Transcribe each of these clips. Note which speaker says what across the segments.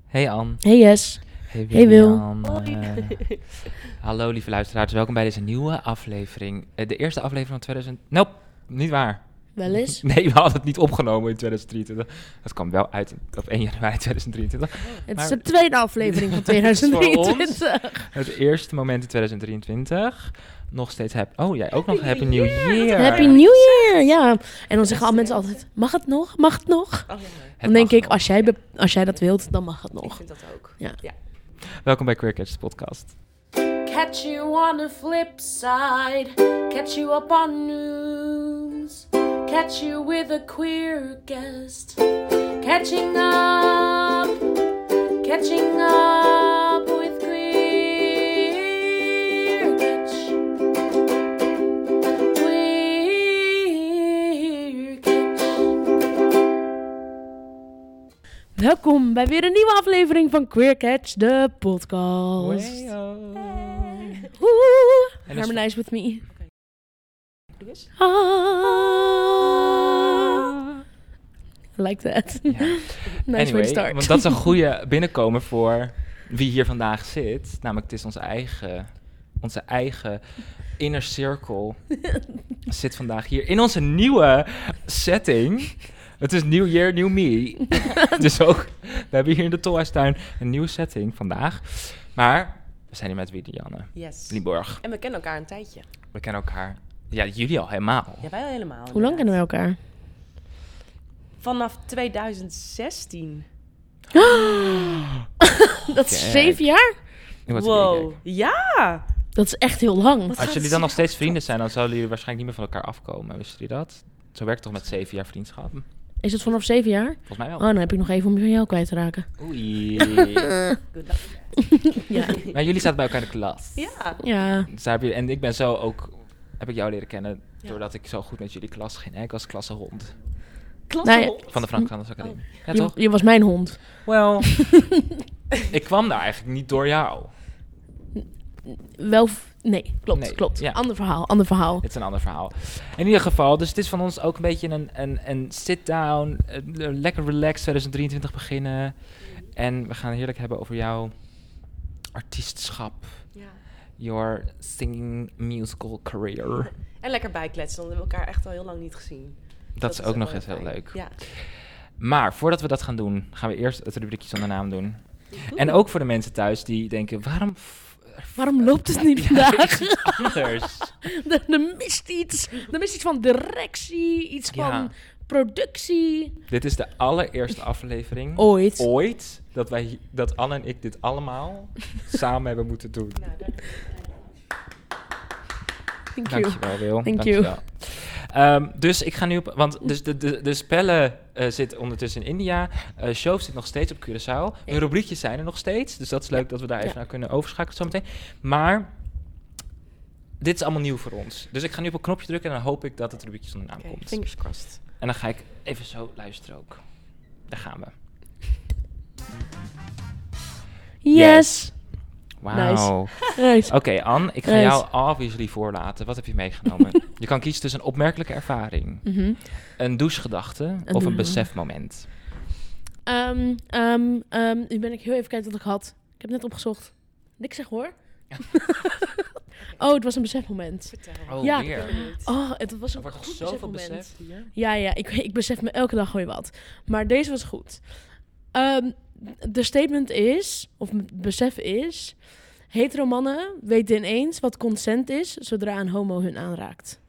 Speaker 1: Hey Ann.
Speaker 2: Hey Jess.
Speaker 1: Hey
Speaker 2: Wil.
Speaker 1: Hallo lieve luisteraars, welkom bij deze nieuwe aflevering. De eerste aflevering van 2000... Nope, niet waar.
Speaker 2: Wel eens.
Speaker 1: Nee, we hadden het niet opgenomen in 2023. Dat kwam wel uit op 1 januari 2023.
Speaker 2: Het is de tweede aflevering van 2023.
Speaker 1: Het eerste moment in 2023. Nog steeds jij ook nog Happy New Year.
Speaker 2: Happy New Year, ja. En dan zeggen al mensen altijd, mag het nog? Mag het nog? Dan denk ik, als jij dat wilt, dan mag het nog.
Speaker 3: Ik vind dat ook.
Speaker 2: Ja.
Speaker 1: Welkom bij Queer Catch, de podcast.
Speaker 4: Catch you on the flip side, catch you up on news, catch you with a queer guest, catching up with Queer Catch. Queer Catch.
Speaker 2: Welkom bij weer een nieuwe aflevering van Queer Catch, de podcast. Woe!
Speaker 1: En dus-
Speaker 2: Harmonize with me.
Speaker 3: Doe eens.
Speaker 2: Ah. I like that.
Speaker 1: Ja.
Speaker 2: Nice way to start.
Speaker 1: Want dat is een goede binnenkomen voor wie hier vandaag zit. Namelijk, het is onze eigen inner circle zit vandaag hier in onze nieuwe setting. Het is New Year, New Me. Dus ook, we hebben hier in de Tolhuistuin een nieuwe setting vandaag. Maar we zijn hier met Wiedianne
Speaker 3: Yes.
Speaker 1: Lieborg.
Speaker 3: En we kennen elkaar een tijdje.
Speaker 1: We kennen elkaar, ja, jullie al helemaal.
Speaker 3: Ja, wij al helemaal.
Speaker 2: Hoe lang kennen we elkaar?
Speaker 3: Vanaf 2016.
Speaker 2: Dat is
Speaker 1: Kijk.
Speaker 2: 7 jaar?
Speaker 1: Ik word
Speaker 3: Wow.
Speaker 1: gekeken.
Speaker 3: Ja!
Speaker 2: Dat is echt heel lang.
Speaker 3: Wat
Speaker 1: Als
Speaker 3: gaat
Speaker 1: jullie dan nog
Speaker 3: het
Speaker 1: steeds
Speaker 3: zo
Speaker 1: vrienden
Speaker 3: snel?
Speaker 1: zijn, dan zouden jullie waarschijnlijk niet meer van elkaar afkomen. Wisten jullie dat? Zo werkt het toch met 7 jaar vriendschap?
Speaker 2: Is het vanaf 7 jaar?
Speaker 1: Volgens mij wel.
Speaker 2: Oh, dan heb ik nog even om van jou kwijt te raken.
Speaker 1: Oei.
Speaker 3: Good luck.
Speaker 2: Ja.
Speaker 1: Maar jullie zaten bij elkaar in de klas.
Speaker 3: Ja.
Speaker 2: Ja.
Speaker 1: Dus daar en ik ben zo ook, heb ik jou leren kennen
Speaker 3: Ja.
Speaker 1: doordat ik zo goed met jullie klas ging. Ik was klassehond
Speaker 3: Klassehond.
Speaker 1: van de Frank-Frans Academie. Ja,
Speaker 2: Je,
Speaker 1: toch?
Speaker 2: je was mijn hond.
Speaker 1: Wel, ik kwam daar eigenlijk niet door jou.
Speaker 2: Nee, klopt,
Speaker 1: Nee,
Speaker 2: klopt.
Speaker 1: ja.
Speaker 2: Ander verhaal.
Speaker 1: Het is een ander verhaal. In ieder geval, dus het is van ons ook een beetje een sit-down, lekker relaxed 2023 beginnen. En we gaan heerlijk hebben over jouw artiestschap,
Speaker 3: Ja.
Speaker 1: your singing musical career.
Speaker 3: En lekker bijkletsen, want we hebben elkaar echt al heel lang niet gezien.
Speaker 1: Dat is ook nog
Speaker 3: wel
Speaker 1: eens heel
Speaker 3: fijn.
Speaker 1: leuk.
Speaker 3: Ja.
Speaker 1: Maar voordat we dat gaan doen, gaan we eerst het rubriekje zonder naam doen. En ook voor de mensen thuis die denken,
Speaker 2: Waarom loopt het niet
Speaker 1: Ja,
Speaker 2: vandaag?
Speaker 1: iets anders.
Speaker 2: Er mist iets. Er mist iets van directie, iets
Speaker 1: Ja.
Speaker 2: van productie.
Speaker 1: Dit is de allereerste aflevering
Speaker 2: Ooit.
Speaker 1: dat Anne en ik dit allemaal samen hebben moeten doen.
Speaker 3: Nou,
Speaker 2: Thank you.
Speaker 1: Dankjewel, Wil.
Speaker 2: Thank
Speaker 1: Dankjewel. Dus ik ga nu op... Want dus de spellen zit ondertussen in India. Shove zit nog steeds op Curaçao. Hun rubriekjes zijn er nog steeds. Dus dat is leuk dat we daar even naar kunnen overschakelen zometeen. Maar dit is allemaal nieuw voor ons. Dus ik ga nu op een knopje drukken en dan hoop ik dat het rubriekje zonder naam
Speaker 3: Oké,
Speaker 1: komt.
Speaker 3: fingers crossed.
Speaker 1: En dan ga ik even zo luisteren ook. Daar gaan we.
Speaker 2: Yes.
Speaker 1: Wauw.
Speaker 2: Nice.
Speaker 1: Oké, Ann, ik ga
Speaker 2: Nice.
Speaker 1: jou obviously voorlaten. Wat heb je meegenomen? Je kan kiezen tussen een opmerkelijke ervaring,
Speaker 2: Mhm.
Speaker 1: een douchegedachte of een besefmoment.
Speaker 2: Nu ben ik heel even kijken wat ik had. Ik heb net opgezocht. Niks zeg hoor. Oh, het was een besefmoment.
Speaker 3: Vertel.
Speaker 1: Oh,
Speaker 2: Ja.
Speaker 1: weer.
Speaker 2: Oh, het was
Speaker 1: Er
Speaker 2: een
Speaker 1: wordt toch
Speaker 2: goed
Speaker 1: zoveel
Speaker 2: besefmoment.
Speaker 1: beseft hier?
Speaker 2: Ja, ik besef me elke dag gewoon wat. Maar deze was goed. De statement is, of het besef is... hetero mannen weten ineens wat consent is... zodra een homo hun aanraakt.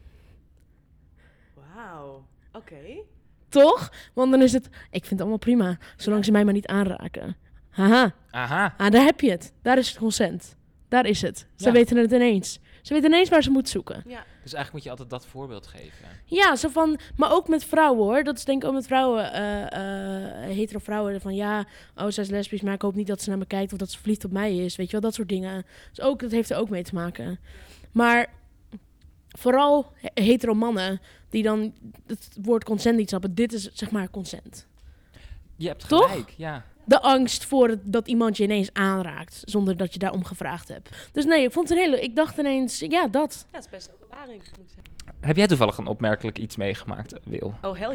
Speaker 3: Wauw. Oké.
Speaker 2: Toch? Want dan is het... ik vind het allemaal prima, zolang ze mij maar niet aanraken. Haha,
Speaker 1: Aha.
Speaker 2: daar heb je het. Daar is het consent. Daar is het. Ze
Speaker 1: Ja.
Speaker 2: weten het ineens. Ze weten ineens waar ze moeten zoeken.
Speaker 3: Ja.
Speaker 1: Dus eigenlijk moet je altijd dat voorbeeld geven.
Speaker 2: Ja, zo van... maar ook met vrouwen, hoor. Dat is denk ik ook met vrouwen... hetero vrouwen. Van ja, oh, zij is lesbisch... maar ik hoop niet dat ze naar me kijkt... of dat ze verliefd op mij is. Weet je wel, dat soort dingen. Dus ook, dat heeft er ook mee te maken. Maar vooral hetero mannen... die dan het woord consent niet snappen. Dit is zeg maar consent.
Speaker 1: Je hebt
Speaker 2: Toch?
Speaker 1: gelijk, ja.
Speaker 2: De angst voor dat iemand je ineens aanraakt... zonder dat je daarom gevraagd hebt. Dus nee, ik vond het een hele... ik dacht ineens, ja, dat.
Speaker 3: Ja, dat is best een openbaring, moet ik zeggen.
Speaker 1: Heb jij toevallig een opmerkelijk iets meegemaakt, Wil?
Speaker 3: Oh, hell yeah.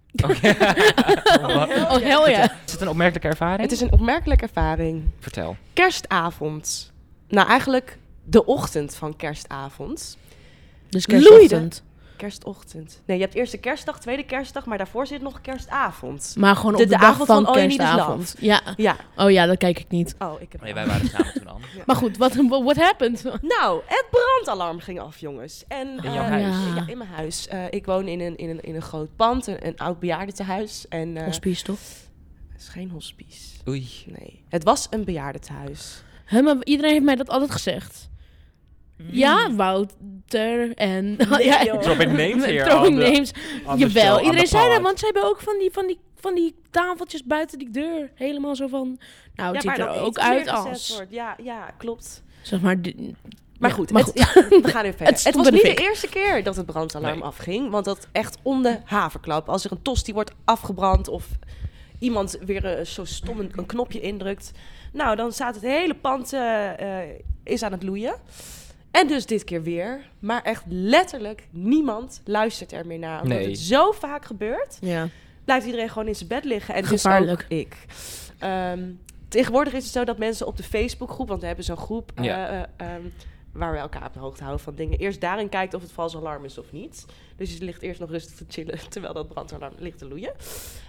Speaker 1: Oké.
Speaker 2: Oh, hell ja.
Speaker 1: Is het een opmerkelijke ervaring?
Speaker 3: Het is een opmerkelijke ervaring.
Speaker 1: Vertel.
Speaker 3: Kerstavond. Nou, eigenlijk de ochtend van kerstavond.
Speaker 2: Dus
Speaker 3: Loeide.
Speaker 2: kerstochtend.
Speaker 3: Kerstochtend. Nee, je hebt eerst de kerstdag, tweede kerstdag, maar daarvoor zit nog kerstavond.
Speaker 2: Maar gewoon op
Speaker 3: De
Speaker 2: de dag
Speaker 3: avond
Speaker 2: van
Speaker 3: van All You Need Is
Speaker 2: kerstavond. Ja.
Speaker 3: Ja.
Speaker 2: Oh ja, dat kijk ik niet.
Speaker 3: Oh, ik heb...
Speaker 1: Nee, wij waren samen toen dan.
Speaker 2: Maar goed, what happened?
Speaker 3: Nou, het brandalarm ging af, jongens. En,
Speaker 1: In jouw huis?
Speaker 2: Ja.
Speaker 3: Ja, in mijn huis. Ik woon in een groot pand, een oud bejaardentehuis. En,
Speaker 2: Hospice toch?
Speaker 3: het is geen hospice.
Speaker 1: Oei.
Speaker 3: Nee, het was een bejaardentehuis.
Speaker 2: Maar iedereen heeft mij dat altijd gezegd. Ja, Wouter en... ja,
Speaker 3: joh.
Speaker 1: Dropping names hier.
Speaker 2: Throwing names. Jawel, iedereen zei dat,
Speaker 1: want...
Speaker 2: want ze hebben ook van die tafeltjes buiten die deur. Helemaal zo van... Nou, het ziet er ook uit als...
Speaker 3: Wordt. Ja, klopt.
Speaker 2: Zeg maar...
Speaker 3: Maar
Speaker 2: ja,
Speaker 3: goed,
Speaker 2: maar
Speaker 3: ja, we gaan even verder.
Speaker 2: Het
Speaker 3: Het
Speaker 2: stond
Speaker 3: was
Speaker 2: bij de
Speaker 3: niet
Speaker 2: fik.
Speaker 3: de eerste keer dat het brandalarm
Speaker 1: Nee.
Speaker 3: afging. Want dat echt om de haverklap. Als er een tosti wordt afgebrand of iemand weer zo stom een knopje indrukt. Nou, dan staat het hele pand is aan het loeien. En dus dit keer weer. Maar echt letterlijk niemand luistert er meer naar. Omdat
Speaker 1: Nee.
Speaker 3: het zo vaak gebeurt,
Speaker 2: Ja.
Speaker 3: blijft iedereen gewoon in zijn bed liggen. En
Speaker 2: Gevaarlijk.
Speaker 3: dus ook ik. Tegenwoordig is het zo dat mensen op de Facebookgroep, want we hebben zo'n groep waar we elkaar op de hoogte houden van dingen, eerst daarin kijkt of het vals alarm is of niet. Dus je ligt eerst nog rustig te chillen terwijl dat brandalarm ligt te loeien.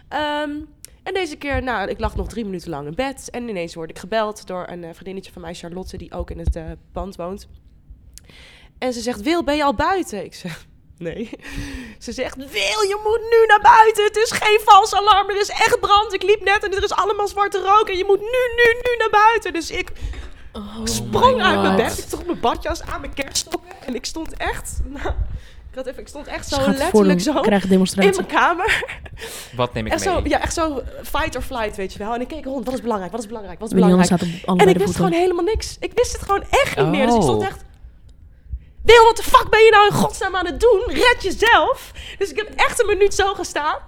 Speaker 3: En deze keer, nou, ik lag nog 3 minuten lang in bed en ineens word ik gebeld door een vriendinnetje van mij, Charlotte, die ook in het pand woont. En ze zegt, Wil, ben je al buiten? Ik zeg, nee. Ze zegt, Wil, je moet nu naar buiten. Het is geen vals alarm, er is echt brand. Ik liep net en er is allemaal zwarte rook en je moet nu naar buiten. Dus ik sprong
Speaker 2: my
Speaker 3: uit mijn
Speaker 2: God.
Speaker 3: bed. Ik trok mijn badjas aan, mijn kerststokken. En ik stond echt, nou, ik stond echt zo
Speaker 2: Ze gaat
Speaker 3: letterlijk
Speaker 2: voor
Speaker 3: zo
Speaker 2: krijgen
Speaker 3: in
Speaker 2: demonstratie.
Speaker 3: mijn kamer.
Speaker 1: Wat neem ik
Speaker 3: Echt
Speaker 1: mee?
Speaker 3: zo, ja, echt zo fight or flight, weet je wel. En ik keek rond, wat is belangrijk, wat is belangrijk, wat is
Speaker 2: William
Speaker 3: belangrijk.
Speaker 2: staat op
Speaker 3: En
Speaker 2: allebei
Speaker 3: ik
Speaker 2: de
Speaker 3: wist
Speaker 2: voeten.
Speaker 3: gewoon helemaal niks. Ik wist het gewoon echt niet meer. Dus ik stond
Speaker 1: Oh.
Speaker 3: echt... Wil, wat de fuck ben je nou in godsnaam aan het doen? Red jezelf. Dus ik heb echt een minuut zo gestaan.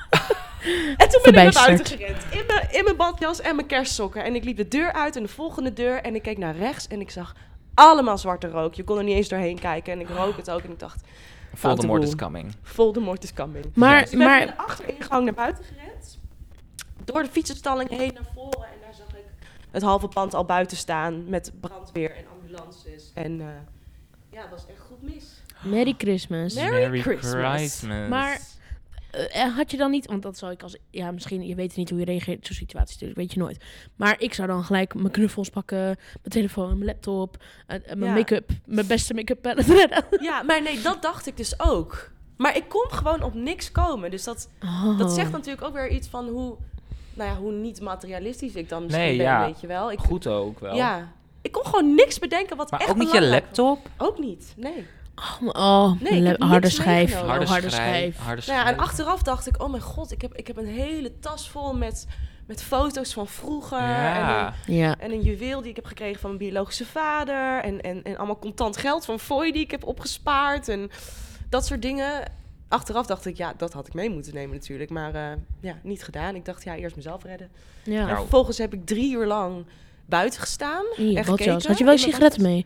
Speaker 3: En toen ben ik naar buiten gerend. In mijn badjas en mijn kerstsokken. En ik liep de deur uit en de volgende deur. En ik keek naar rechts en ik zag allemaal zwarte rook. Je kon er niet eens doorheen kijken. En ik rook het ook. En ik dacht,
Speaker 1: Voldemort is
Speaker 3: boel.
Speaker 1: coming.
Speaker 3: Voldemort is coming.
Speaker 2: Maar,
Speaker 3: Dus ik ben van
Speaker 2: maar
Speaker 3: de achteringang naar buiten gerend. Door de fietsenstalling heen naar voren. En daar zag ik het halve pand al buiten staan. Met brandweer en ambulances. En ja, het was echt goed mis.
Speaker 2: Merry Christmas.
Speaker 3: Merry Christmas.
Speaker 2: Maar had je dan niet, want dat zou ik als, ja misschien, je weet niet hoe je reageert in zo'n situatie natuurlijk, weet je nooit. Maar ik zou dan gelijk mijn knuffels pakken, mijn telefoon, mijn laptop, mijn
Speaker 3: Ja.
Speaker 2: make-up, mijn beste make-up palette redden.
Speaker 3: Ja, maar nee, dat dacht ik dus ook. Maar ik kon gewoon op niks komen. Dus dat zegt natuurlijk ook weer iets van hoe niet materialistisch ik dan misschien
Speaker 1: Nee,
Speaker 3: ben,
Speaker 1: ja.
Speaker 3: weet je wel.
Speaker 1: Goed ook wel.
Speaker 3: Ja, ik kon gewoon niks bedenken wat
Speaker 1: Maar
Speaker 3: echt
Speaker 1: ook niet je
Speaker 3: belangrijk was.
Speaker 1: laptop?
Speaker 3: Ook niet, nee.
Speaker 2: Oh,
Speaker 3: Nee, ik heb
Speaker 2: harde
Speaker 3: niks
Speaker 2: schijf.
Speaker 3: meegenomen.
Speaker 2: Harde schijf.
Speaker 1: Harde
Speaker 3: Nou ja, en
Speaker 1: schijf.
Speaker 3: achteraf dacht ik, oh mijn god, ik heb een hele tas vol met foto's van vroeger.
Speaker 1: Ja.
Speaker 2: Ja.
Speaker 3: En een juweel die ik heb gekregen van mijn biologische vader. En allemaal contant geld van Foy die ik heb opgespaard. En dat soort dingen. Achteraf dacht ik, ja, dat had ik mee moeten nemen natuurlijk. Maar niet gedaan. Ik dacht, ja, eerst mezelf redden.
Speaker 2: Ja.
Speaker 3: En
Speaker 1: Nou.
Speaker 3: vervolgens heb ik 3 uur lang buiten gestaan.
Speaker 2: In je
Speaker 3: en
Speaker 2: badjas.
Speaker 3: gekeken.
Speaker 2: Had je wel
Speaker 3: In mijn
Speaker 2: sigaretten mee?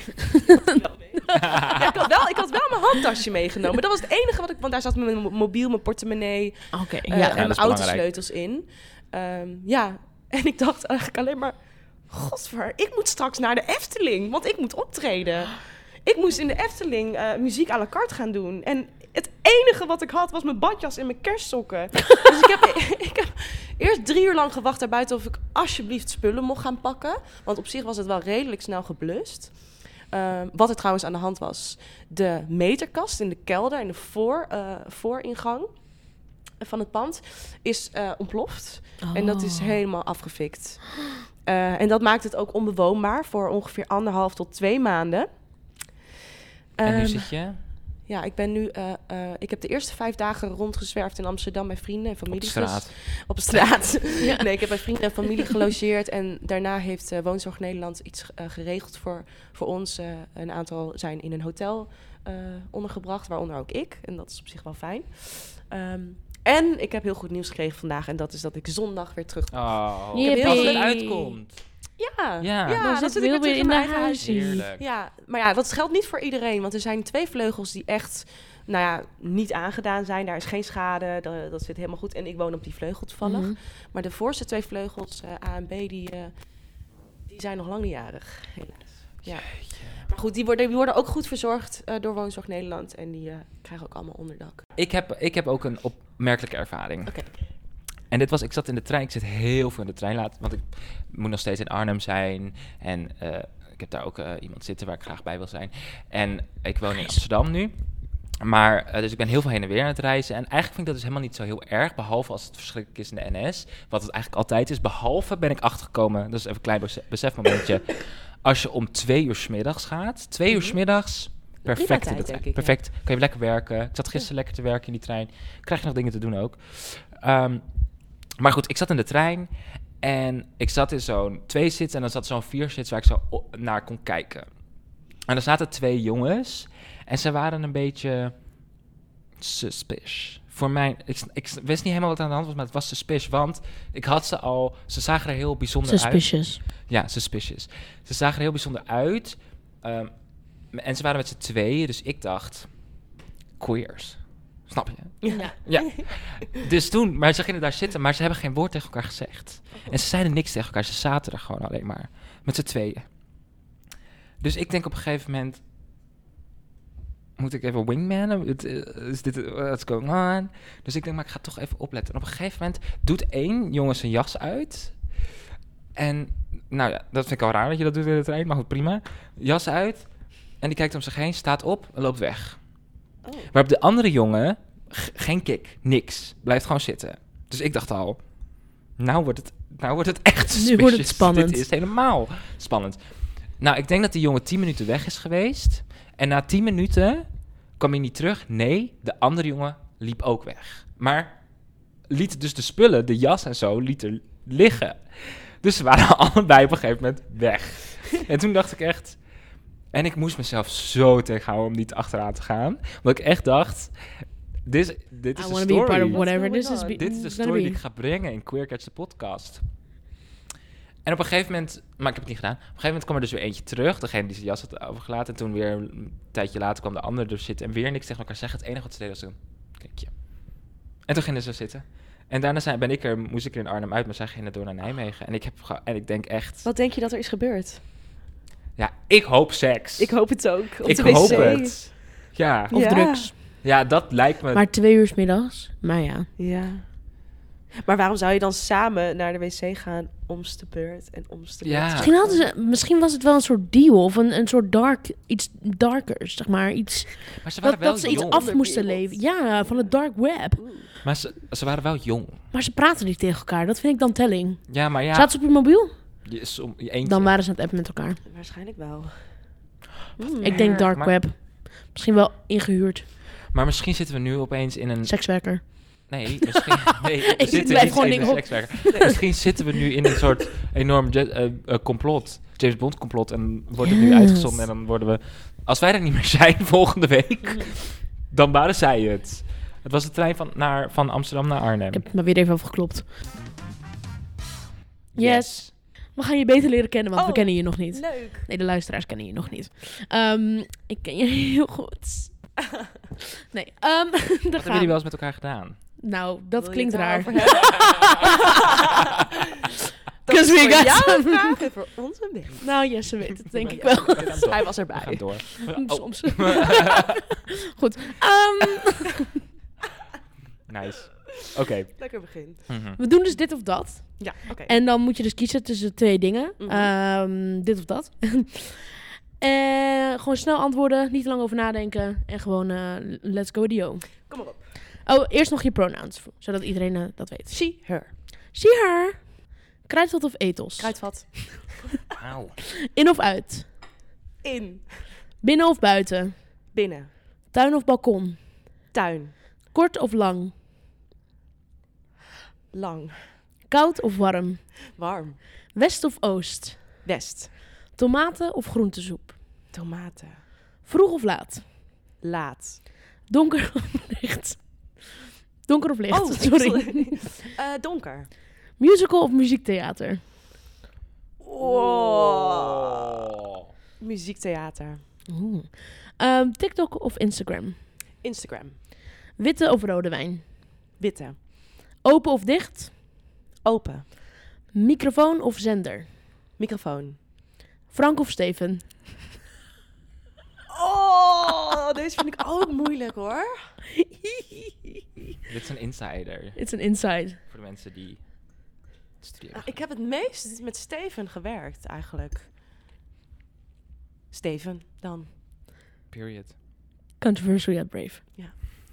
Speaker 3: Ja, ik had wel mijn handtasje meegenomen. Dat was het enige wat ik... Want daar zat mijn mobiel, mijn portemonnee
Speaker 2: Oké,
Speaker 3: en
Speaker 2: ja.
Speaker 1: dat
Speaker 3: mijn
Speaker 1: is
Speaker 3: autosleutels in. Ja, en ik dacht eigenlijk alleen maar... Godver, ik moet straks naar de Efteling, want ik moet optreden. Ik moest in de Efteling muziek à la carte gaan doen. En het enige wat ik had was mijn badjas en mijn kerstsokken. Dus ik heb eerst 3 uur lang gewacht daar buiten of ik alsjeblieft spullen mocht gaan pakken. Want op zich was het wel redelijk snel geblust. Wat er trouwens aan de hand was. De meterkast in de kelder, in de vooringang van het pand, is ontploft. En dat is helemaal afgefikt. En dat maakt het ook onbewoonbaar voor ongeveer 1,5 tot 2 maanden.
Speaker 1: En nu zit je
Speaker 3: Ja, ik ben nu... ik heb de eerste 5 dagen rondgezwerfd in Amsterdam bij vrienden en familie.
Speaker 1: op straat.
Speaker 3: Op straat. Nee, ik heb bij vrienden en familie gelogeerd. En daarna heeft Woonzorg Nederland iets geregeld voor ons. Een aantal zijn in een hotel ondergebracht, waaronder ook ik. En dat is op zich wel fijn. En ik heb heel goed nieuws gekregen vandaag. En dat is dat ik zondag weer terug...
Speaker 1: Oh,
Speaker 2: Yippie.
Speaker 1: als het uitkomt.
Speaker 3: Ja,
Speaker 1: Ja.
Speaker 2: Dan
Speaker 3: dan
Speaker 2: zit
Speaker 3: zit ik
Speaker 2: Wil
Speaker 3: weer
Speaker 2: weer
Speaker 3: terug
Speaker 2: in
Speaker 3: in
Speaker 2: de
Speaker 3: mijn eigen huis.
Speaker 2: huis.
Speaker 1: Heerlijk.
Speaker 3: Ja, maar ja, dat geldt niet voor iedereen. Want er zijn 2 vleugels die echt niet aangedaan zijn. Daar is geen schade, dat zit helemaal goed. En ik woon op die vleugel toevallig.
Speaker 2: Mhm.
Speaker 3: Maar de voorste 2 vleugels, A en B, die zijn nog lang niet jarig, helaas. Ja. Maar goed, die worden ook goed verzorgd door Woonzorg Nederland. En die krijgen ook allemaal onderdak.
Speaker 1: Ik heb ook een opmerkelijke ervaring.
Speaker 3: Oké.
Speaker 1: En ik zat in de trein. Ik zit heel veel in de trein want ik moet nog steeds in Arnhem zijn. En ik heb daar ook iemand zitten waar ik graag bij wil zijn. En ik woon in Amsterdam nu. Maar, dus ik ben heel veel heen en weer aan het reizen. En eigenlijk vind ik dat dus helemaal niet zo heel erg. Behalve als het verschrikkelijk is in de NS. Wat het eigenlijk altijd is. Behalve ben ik achtergekomen. Dat is even een klein besefmomentje. Als je om 2 uur 's middags gaat. 2 uur 's middags. Perfect in de
Speaker 3: tijd,
Speaker 1: trein.
Speaker 3: denk ik,
Speaker 1: Perfect. Kan je lekker werken. Ik zat gisteren lekker te werken in die trein. Krijg je nog dingen te doen ook. Maar goed, ik zat in de trein. En ik zat in zo'n 2-sits. En dan zat zo'n 4-sits waar ik zo naar kon kijken. En er zaten 2 jongens. En ze waren een beetje suspicious. Voor mij, ik wist niet helemaal wat aan de hand was, maar het was suspicious. Want ik had ze al, ze zagen er heel bijzonder uit.
Speaker 2: Suspicious.
Speaker 1: Ja, suspicious. Ze zagen er heel bijzonder uit. En ze waren met z'n tweeën, dus ik dacht, queers. Snap je?
Speaker 3: Ja.
Speaker 1: Ja. Dus toen, maar ze gingen daar zitten, maar ze hebben geen woord tegen elkaar gezegd. En ze zeiden niks tegen elkaar, ze zaten er gewoon alleen maar. Met z'n tweeën. Dus ik denk op een gegeven moment, moet ik even wingmannen? Is dit what's going on? Dus ik denk, maar ik ga toch even opletten. En op een gegeven moment doet 1 jongen zijn jas uit. En nou ja, dat vind ik al raar dat je dat doet in de trein, maar goed, prima. Jas uit. En die kijkt om zich heen, staat op en loopt weg.
Speaker 3: Oh.
Speaker 1: Waarop de andere jongen, geen kick, niks. Blijft gewoon zitten. Dus ik dacht al, nou wordt het echt suspicious.
Speaker 2: Nu wordt het spannend.
Speaker 1: Dit is helemaal spannend. Nou, ik denk dat die jongen 10 minuten weg is geweest. En na 10 minuten kwam hij niet terug. Nee, de andere jongen liep ook weg. Maar liet dus de spullen, de jas en zo, liet er liggen. Dus ze waren allebei op een gegeven moment weg. En toen dacht ik echt... En ik moest mezelf zo tegenhouden om niet achteraan te gaan. Want ik echt dacht... Dit is
Speaker 2: I
Speaker 1: de
Speaker 2: want to be a part of
Speaker 1: story.
Speaker 2: whatever
Speaker 3: What's
Speaker 2: this is.
Speaker 3: going
Speaker 1: Dit is de story die ik ga brengen in Queer Catch, de podcast. En op een gegeven moment... Maar ik heb het niet gedaan. Op een gegeven moment kwam er dus weer eentje terug. Degene die zijn jas had overgelaten. En toen weer een tijdje later kwam de ander er zitten. En weer niks tegen elkaar zeggen. Het enige wat ze deden was een knikje. En toen gingen ze zitten. En daarna moest ik er in Arnhem uit. Maar zij gingen door naar Nijmegen. En ik denk echt...
Speaker 3: Wat denk je dat er is gebeurd?
Speaker 1: Ja, ik hoop seks.
Speaker 3: Ik hoop het ook. Op
Speaker 1: Ik
Speaker 3: de wc.
Speaker 1: hoop het. Ja.
Speaker 2: Of drugs.
Speaker 1: Ja, dat lijkt me...
Speaker 2: Maar 2 uur 's middags. Maar ja.
Speaker 3: Ja. Maar waarom zou je dan samen naar de wc gaan om's de beurt en om's de
Speaker 1: Ja.
Speaker 3: beurt?
Speaker 2: Misschien was het wel een soort deal of een soort iets darkers, zeg maar. Iets
Speaker 1: Maar ze waren wel
Speaker 2: dat ze iets
Speaker 1: jong.
Speaker 2: af moesten leven. Ja, van het dark web.
Speaker 1: Maar ze waren wel jong.
Speaker 2: Maar ze praten niet tegen elkaar. Dat vind ik dan telling.
Speaker 1: Ja, maar ja...
Speaker 2: Zaten ze op je mobiel?
Speaker 1: je eentje.
Speaker 2: Dan waren ze aan het appen met elkaar.
Speaker 3: Waarschijnlijk wel.
Speaker 2: Ik denk dark
Speaker 1: maar-
Speaker 2: web. Misschien wel ingehuurd.
Speaker 1: Maar misschien zitten we nu opeens in een...
Speaker 2: Sekswerker.
Speaker 1: Nee, misschien... Nee, we
Speaker 2: Ik
Speaker 1: zitten
Speaker 2: blijf
Speaker 1: niet
Speaker 2: gewoon
Speaker 1: in een
Speaker 2: dingen op.
Speaker 1: sekswerker. Misschien zitten we nu in een soort enorm complot. James Bond complot. En wordt het nu
Speaker 2: Yes.
Speaker 1: uitgezonden. En dan worden we... Als wij er niet meer zijn volgende week... dan waren zij het. Het was de trein van Amsterdam naar Arnhem.
Speaker 2: Ik heb het maar weer even overgeklopt. Yes. We gaan je beter leren kennen, want we
Speaker 3: Oh,
Speaker 2: kennen je nog niet.
Speaker 3: Leuk.
Speaker 2: Nee, de luisteraars kennen je nog niet. Ik ken je heel goed. Nee, daar
Speaker 1: Wat hebben jullie
Speaker 2: gaan.
Speaker 1: wel eens met elkaar gedaan?
Speaker 2: Nou, dat
Speaker 3: Wil je
Speaker 2: klinkt
Speaker 3: het
Speaker 2: raar.
Speaker 3: daarover hebben? Dat is
Speaker 2: Because we
Speaker 3: voor
Speaker 2: got
Speaker 3: jou een
Speaker 2: some-
Speaker 3: vraag en voor ons een beetje.
Speaker 2: Nou, Jesse weet het, denk ik wel.
Speaker 3: Hij was
Speaker 1: We gaan
Speaker 3: erbij.
Speaker 1: door.
Speaker 2: Soms. Goed.
Speaker 1: Nice. Oké.
Speaker 3: Lekker begin.
Speaker 1: Mhm.
Speaker 2: We doen dus dit of dat.
Speaker 3: Ja, oké.
Speaker 2: En dan moet je dus kiezen tussen 2 dingen.
Speaker 3: Mhm.
Speaker 2: Dit of dat. Gewoon snel antwoorden, niet te lang over nadenken. En gewoon let's go Dio.
Speaker 3: Kom maar op.
Speaker 2: Oh, eerst nog je pronouns, zodat iedereen dat weet.
Speaker 3: She, her.
Speaker 2: She, her. Kruidvat of ethos?
Speaker 3: Kruidvat.
Speaker 1: Auw.
Speaker 2: In of uit?
Speaker 3: In.
Speaker 2: Binnen of buiten?
Speaker 3: Binnen.
Speaker 2: Tuin of balkon?
Speaker 3: Tuin.
Speaker 2: Kort of lang?
Speaker 3: Lang.
Speaker 2: Koud of warm?
Speaker 3: Warm.
Speaker 2: West of oost?
Speaker 3: West.
Speaker 2: Tomaten of groentesoep?
Speaker 3: Tomaten.
Speaker 2: Vroeg of laat?
Speaker 3: Laat.
Speaker 2: Donker of licht? Donker of licht,
Speaker 3: Oh,
Speaker 2: sorry.
Speaker 3: Donker.
Speaker 2: Musical of muziektheater?
Speaker 3: Oh. Muziektheater.
Speaker 2: TikTok of Instagram?
Speaker 3: Instagram.
Speaker 2: Witte of rode wijn?
Speaker 3: Witte.
Speaker 2: Open of dicht?
Speaker 3: Open.
Speaker 2: Microfoon of zender?
Speaker 3: Microfoon.
Speaker 2: Frank of Steven?
Speaker 3: Oh, deze vind ik ook moeilijk hoor.
Speaker 1: Dit is een insider.
Speaker 2: It's an inside.
Speaker 1: Voor de mensen die studeren.
Speaker 3: Ik heb het meest met Steven gewerkt eigenlijk. Steven, dan.
Speaker 1: Period.
Speaker 2: Controversial yet brave.
Speaker 3: Ja.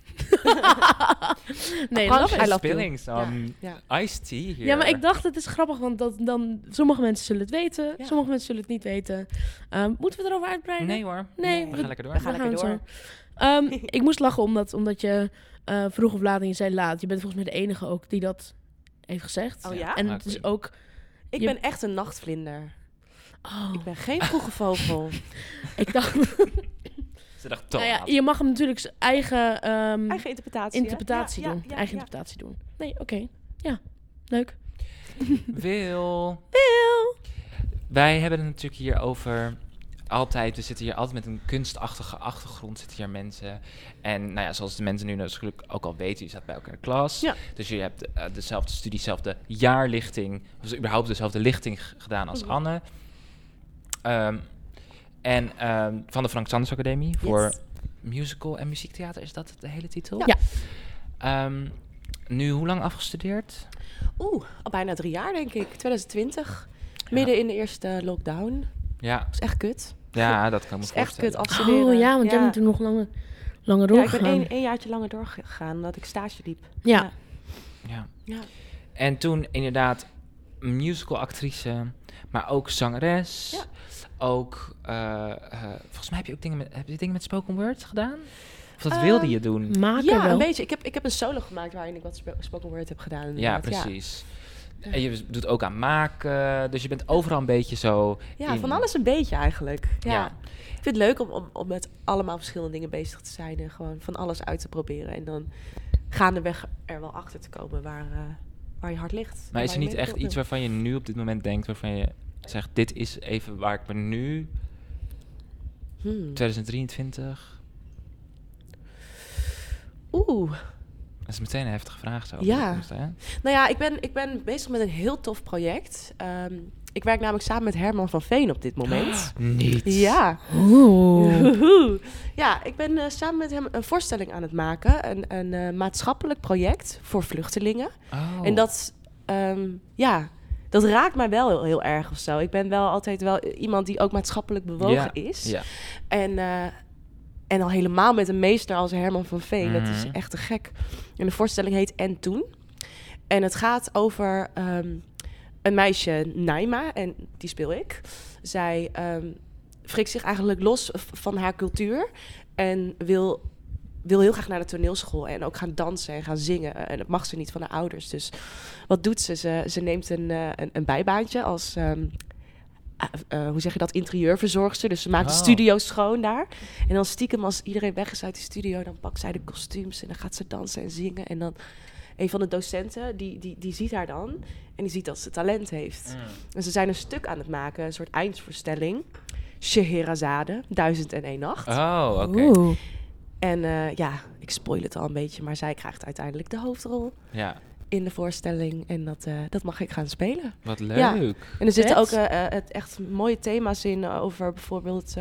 Speaker 2: Nee,
Speaker 3: Apart,
Speaker 2: love
Speaker 3: I
Speaker 2: it.
Speaker 3: love
Speaker 1: Spilling some
Speaker 3: Ja.
Speaker 1: iced tea hier.
Speaker 2: Ja, maar ik dacht, het is grappig, want dan sommige mensen zullen het weten,
Speaker 3: Ja.
Speaker 2: sommige mensen zullen het niet weten. Moeten we erover uitbreiden?
Speaker 1: Nee hoor.
Speaker 2: Nee,
Speaker 1: We gaan lekker door.
Speaker 3: we gaan lekker
Speaker 2: het
Speaker 3: door.
Speaker 2: zo. Ik moest lachen omdat je vroeg of laat en je zei laat. Je bent volgens mij de enige ook die dat heeft gezegd.
Speaker 3: Oh ja?
Speaker 2: En
Speaker 1: Ah,
Speaker 2: het is
Speaker 1: cool.
Speaker 2: ook...
Speaker 3: Ik
Speaker 2: Je-
Speaker 3: ben echt een nachtvlinder.
Speaker 2: Oh,
Speaker 3: Ik ben geen vroege vogel.
Speaker 2: ik dacht...
Speaker 1: Ze dacht
Speaker 2: nou ja,
Speaker 1: laat.
Speaker 2: je mag hem natuurlijk zijn eigen,
Speaker 3: Eigen interpretatie. hè?
Speaker 2: interpretatie
Speaker 3: Ja,
Speaker 2: doen.
Speaker 3: ja,
Speaker 2: Eigen
Speaker 3: ja.
Speaker 2: interpretatie doen. Nee, oké. Ja, leuk.
Speaker 1: Wil.
Speaker 2: Wil.
Speaker 1: Wij hebben het natuurlijk hier over... We zitten hier altijd met een kunstachtige achtergrond, zitten hier mensen. En nou ja, zoals de mensen nu natuurlijk ook al weten, je staat bij elkaar in de klas.
Speaker 3: Ja.
Speaker 1: Dus je hebt dezelfde studie, dezelfde jaarlichting, dus überhaupt dezelfde lichting gedaan als
Speaker 3: Mhm.
Speaker 1: Anne. Van de Frank Sanders Academie voor
Speaker 3: Yes.
Speaker 1: musical en muziektheater, is dat de hele titel?
Speaker 3: Ja.
Speaker 1: Nu, hoe lang afgestudeerd?
Speaker 3: Al bijna 3 jaar denk ik. 2020. Midden in de eerste lockdown.
Speaker 1: Ja,
Speaker 3: Dat is echt kut.
Speaker 1: ja dat kan me
Speaker 3: Dat is echt
Speaker 1: voorstellen.
Speaker 3: kut afstuderen.
Speaker 2: Oh ja, want jij moet er nog langer
Speaker 3: Ja, ik
Speaker 2: doorgaan.
Speaker 3: ben één jaartje langer doorgegaan omdat ik stage liep.
Speaker 2: Ja.
Speaker 1: Ja.
Speaker 3: Ja.
Speaker 1: En toen inderdaad musicalactrice, maar ook zangeres.
Speaker 3: Ja.
Speaker 1: Ook, volgens mij heb je dingen met spoken word gedaan? Of dat wilde je doen?
Speaker 2: Maken
Speaker 3: Ja,
Speaker 2: wel.
Speaker 3: een beetje. Ik heb een solo gemaakt waarin ik wat spoken word heb gedaan.
Speaker 1: Ja,
Speaker 3: inderdaad.
Speaker 1: precies. En je doet ook aan maken, dus je bent overal een beetje zo...
Speaker 3: Ja,
Speaker 1: in.
Speaker 3: van alles een beetje eigenlijk. Ja.
Speaker 1: Ja.
Speaker 3: Ik vind het leuk om met allemaal verschillende dingen bezig te zijn en gewoon van alles uit te proberen. En dan gaandeweg er wel achter te komen waar je hart ligt.
Speaker 1: Maar is er
Speaker 3: Waar je
Speaker 1: niet
Speaker 3: mee
Speaker 1: echt
Speaker 3: wil.
Speaker 1: iets waarvan je nu op dit moment denkt, waarvan je zegt, dit is even waar ik me nu, 2023... Dat is meteen een heftige vraag zo.
Speaker 3: Ja.
Speaker 1: Hè?
Speaker 3: Nou ja, ik ben bezig met een heel tof project. Ik werk namelijk samen met Herman van Veen op dit moment.
Speaker 1: Niet.
Speaker 3: Ja.
Speaker 2: Oeh.
Speaker 3: Ja, ik ben samen met hem een voorstelling aan het maken. Een maatschappelijk project voor vluchtelingen.
Speaker 1: Oh.
Speaker 3: En dat, dat raakt mij wel heel erg of zo. Ik ben wel altijd wel iemand die ook maatschappelijk bewogen is.
Speaker 1: Ja.
Speaker 3: En al helemaal met een meester als Herman van Veen. Dat is
Speaker 1: Mhm.
Speaker 3: echt te gek. En de voorstelling heet En Toen. En het gaat over een meisje, Naima, en die speel ik. Zij wrikt zich eigenlijk los van haar cultuur en wil heel graag naar de toneelschool en ook gaan dansen en gaan zingen. En dat mag ze niet van haar ouders. Dus wat doet ze? Ze neemt een bijbaantje als... hoe zeg je dat, interieurverzorgster. Dus ze maakt de
Speaker 1: Oh.
Speaker 3: studio schoon daar. En dan stiekem, als iedereen weg is uit de studio, dan pakt zij de kostuums en dan gaat ze dansen en zingen. En dan een van de docenten, die ziet haar dan en die ziet dat ze talent heeft. En ze zijn een stuk aan het maken, een soort eindvoorstelling. Scheherazade, 1001 Nacht.
Speaker 1: Oh, oké.
Speaker 2: Oeh.
Speaker 3: En ja, ik spoil het al een beetje, maar zij krijgt uiteindelijk de hoofdrol
Speaker 1: Ja,
Speaker 3: in de voorstelling. En dat mag ik gaan spelen.
Speaker 1: wat leuk.
Speaker 3: Ja. En er zitten
Speaker 2: Vet.
Speaker 3: ook echt mooie thema's in over bijvoorbeeld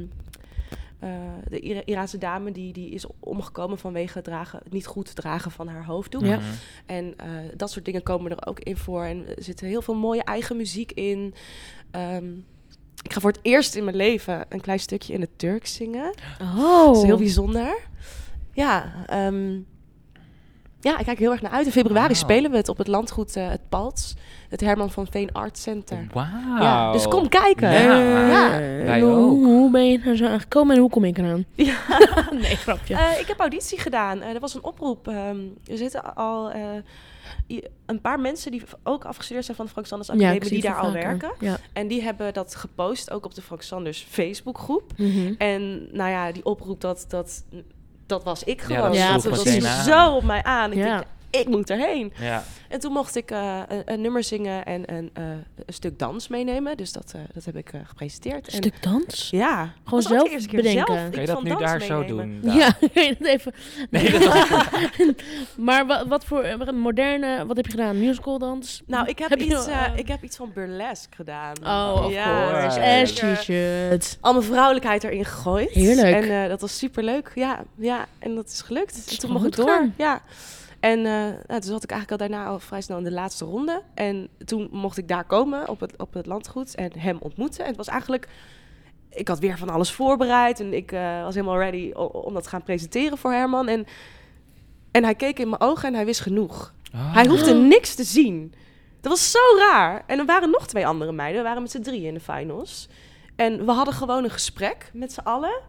Speaker 3: de Iraanse dame die is omgekomen vanwege het niet goed dragen van haar hoofddoek.
Speaker 2: Ja.
Speaker 1: Mhm.
Speaker 3: En dat soort dingen komen er ook in voor. En er zit heel veel mooie eigen muziek in. Ik ga voor het eerst in mijn leven een klein stukje in het Turks zingen.
Speaker 2: Oh.
Speaker 3: Dat is heel bijzonder. Ja, ja, ik kijk heel erg naar uit. In februari
Speaker 1: Wauw.
Speaker 3: spelen we het op het landgoed Het Palts. Het Herman van Veen Art Center.
Speaker 1: Wauw.
Speaker 3: Ja, dus kom kijken.
Speaker 1: Ja. Wij ook.
Speaker 2: Hoe ben je er zo aangekomen en hoe kom ik eraan?
Speaker 3: Ja.
Speaker 2: Nee, grapje.
Speaker 3: Ik heb auditie gedaan. Er was een oproep. Er zitten al een paar mensen die ook afgestudeerd zijn van de Frank Sanders
Speaker 2: Ja,
Speaker 3: Academie,
Speaker 2: ik zie
Speaker 3: die
Speaker 2: het
Speaker 3: daar al
Speaker 2: wel vaker.
Speaker 3: werken.
Speaker 2: Ja.
Speaker 3: En die hebben dat gepost, ook op de Frank Sanders Facebookgroep.
Speaker 2: Mhm.
Speaker 3: En nou ja, die oproep, dat was ik
Speaker 1: Ja,
Speaker 3: gewoon.
Speaker 1: dat
Speaker 2: Ja,
Speaker 3: dat
Speaker 1: sloeg
Speaker 3: was
Speaker 1: meteen
Speaker 3: zo op mij aan. Ik
Speaker 2: Ja.
Speaker 3: denk, ik moet erheen.
Speaker 1: Ja.
Speaker 3: En toen mocht ik een nummer zingen en een stuk dans meenemen. Dus dat heb ik gepresenteerd.
Speaker 2: Een stuk dans?
Speaker 3: Ja.
Speaker 2: Gewoon
Speaker 3: was ook de
Speaker 2: zelf
Speaker 3: eerste keer
Speaker 2: bedenken.
Speaker 3: zelf
Speaker 1: Kan je
Speaker 3: iets
Speaker 1: dat
Speaker 3: van
Speaker 1: nu
Speaker 3: dans
Speaker 1: daar zo
Speaker 3: meenemen.
Speaker 1: doen?
Speaker 2: Ja, kun je dat even...
Speaker 1: Nee, dat was
Speaker 2: Maar wat voor moderne... Wat heb je gedaan? Musicaldans?
Speaker 3: Nou, ik heb iets van burlesque gedaan.
Speaker 2: Oh, of
Speaker 3: Ja,
Speaker 2: course.
Speaker 3: zeker.
Speaker 2: As you should.
Speaker 3: Al mijn vrouwelijkheid erin gegooid.
Speaker 2: Heerlijk.
Speaker 3: En dat was superleuk. Ja, en dat is gelukt.
Speaker 2: is
Speaker 3: En toen
Speaker 2: gewoon
Speaker 3: mocht ik
Speaker 2: goed
Speaker 3: door.
Speaker 2: gegaan.
Speaker 3: Ja. En toen zat ik eigenlijk al daarna al vrij snel in de laatste ronde. En toen mocht ik daar komen op het landgoed en hem ontmoeten. En het was eigenlijk... Ik had weer van alles voorbereid. En ik was helemaal ready om dat te gaan presenteren voor Herman. En hij keek in mijn ogen en hij wist genoeg.
Speaker 1: Oh.
Speaker 3: Hij hoefde niks te zien. Dat was zo raar. En er waren nog 2 andere meiden. We waren met z'n 3 in de finals. En we hadden gewoon een gesprek met z'n allen.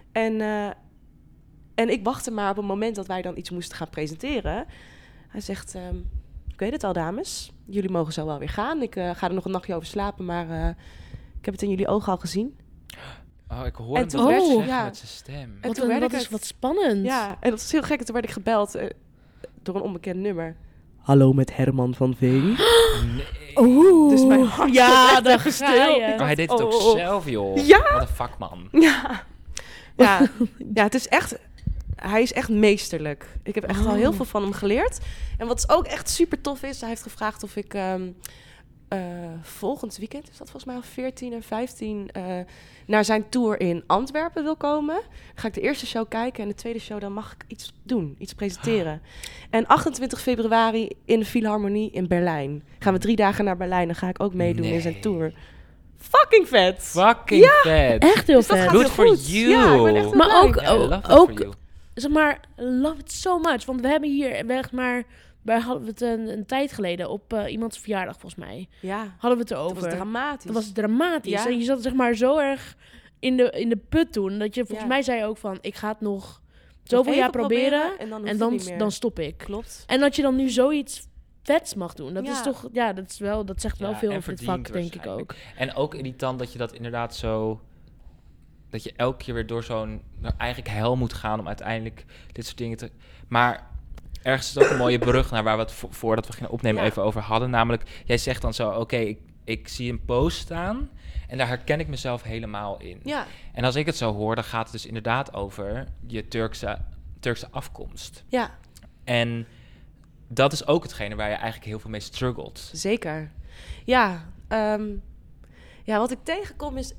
Speaker 3: En ik wachtte maar op een moment dat wij dan iets moesten gaan presenteren. Hij zegt, ik weet het al, dames. Jullie mogen zo wel weer gaan. Ik ga er nog een nachtje over slapen, maar ik heb het in jullie ogen al gezien.
Speaker 1: Oh, ik hoor
Speaker 3: En
Speaker 1: hem
Speaker 3: toen
Speaker 1: dat
Speaker 2: werd-
Speaker 1: zeggen
Speaker 3: ja.
Speaker 1: met zijn stem.
Speaker 3: En toen werd ik
Speaker 2: wat spannend.
Speaker 3: Ja, en dat is heel gek. En toen werd ik gebeld door een onbekend nummer. Hallo, met Herman van Veen.
Speaker 1: Nee.
Speaker 2: Oeh.
Speaker 3: Dus mijn hart
Speaker 2: ja,
Speaker 3: werd echt
Speaker 2: daar
Speaker 3: even
Speaker 2: ga
Speaker 3: stil.
Speaker 2: je.
Speaker 3: Ik
Speaker 1: Maar hij deed het ook
Speaker 3: oh.
Speaker 1: zelf, joh.
Speaker 3: Ja.
Speaker 1: Wat een vakman.
Speaker 3: Ja. Ja, het is echt... Hij is echt meesterlijk. Ik heb echt al heel veel van hem geleerd. En wat ook echt super tof is... Hij heeft gevraagd of ik volgend weekend... Is dat volgens mij al 14 en 15... naar zijn tour in Antwerpen wil komen. Dan ga ik de eerste show kijken. En de tweede show dan mag ik iets doen. Iets presenteren. En 28 februari in de Philharmonie in Berlijn. Gaan we 3 dagen naar Berlijn. Dan ga ik ook meedoen in zijn tour. Fucking vet!
Speaker 1: Fucking vet.
Speaker 2: Echt heel
Speaker 3: Dus dat
Speaker 2: vet.
Speaker 3: gaat
Speaker 1: Good
Speaker 3: heel
Speaker 1: for
Speaker 3: goed.
Speaker 1: you.
Speaker 3: Ja, ik ben echt heel
Speaker 2: Maar
Speaker 3: blij.
Speaker 2: ook,
Speaker 1: I love that
Speaker 2: ook
Speaker 1: for you.
Speaker 2: zeg maar, love it so much. Want we hebben hier, wij hadden we het een tijd geleden op iemands verjaardag, volgens mij.
Speaker 3: Ja,
Speaker 2: Hadden we het
Speaker 3: dat
Speaker 2: erover.
Speaker 3: was dramatisch.
Speaker 2: Dat was dramatisch.
Speaker 3: Ja.
Speaker 2: En je zat zeg maar zo erg in de put toen. Dat je volgens
Speaker 3: Ja.
Speaker 2: mij zei ook van, ik ga het nog zoveel
Speaker 3: Even
Speaker 2: jaar proberen.
Speaker 3: en dan,
Speaker 2: En
Speaker 3: hoeft het niet meer.
Speaker 2: dan stop ik.
Speaker 3: Klopt.
Speaker 2: En dat je dan nu zoiets vets mag doen. Dat
Speaker 3: Ja.
Speaker 2: is toch, ja, dat zegt wel
Speaker 1: Ja,
Speaker 2: veel
Speaker 1: en
Speaker 2: over het
Speaker 1: verdiend
Speaker 2: vak, denk ik
Speaker 1: waarschijnlijk.
Speaker 2: ook.
Speaker 1: En ook irritant dat je dat inderdaad zo... Dat je elke keer weer door zo'n eigenlijk hel moet gaan om uiteindelijk dit soort dingen te... Maar ergens is het ook een mooie brug naar waar we het voordat we gingen opnemen
Speaker 3: Ja.
Speaker 1: even over hadden. Namelijk, jij zegt dan zo, oké, ik zie een post staan en daar herken ik mezelf helemaal in.
Speaker 3: Ja,
Speaker 1: En als ik het zo hoor, dan gaat het dus inderdaad over je Turkse afkomst.
Speaker 3: ja,
Speaker 1: En dat is ook hetgene waar je eigenlijk heel veel mee struggelt.
Speaker 3: zeker. Ja, wat ik tegenkom is...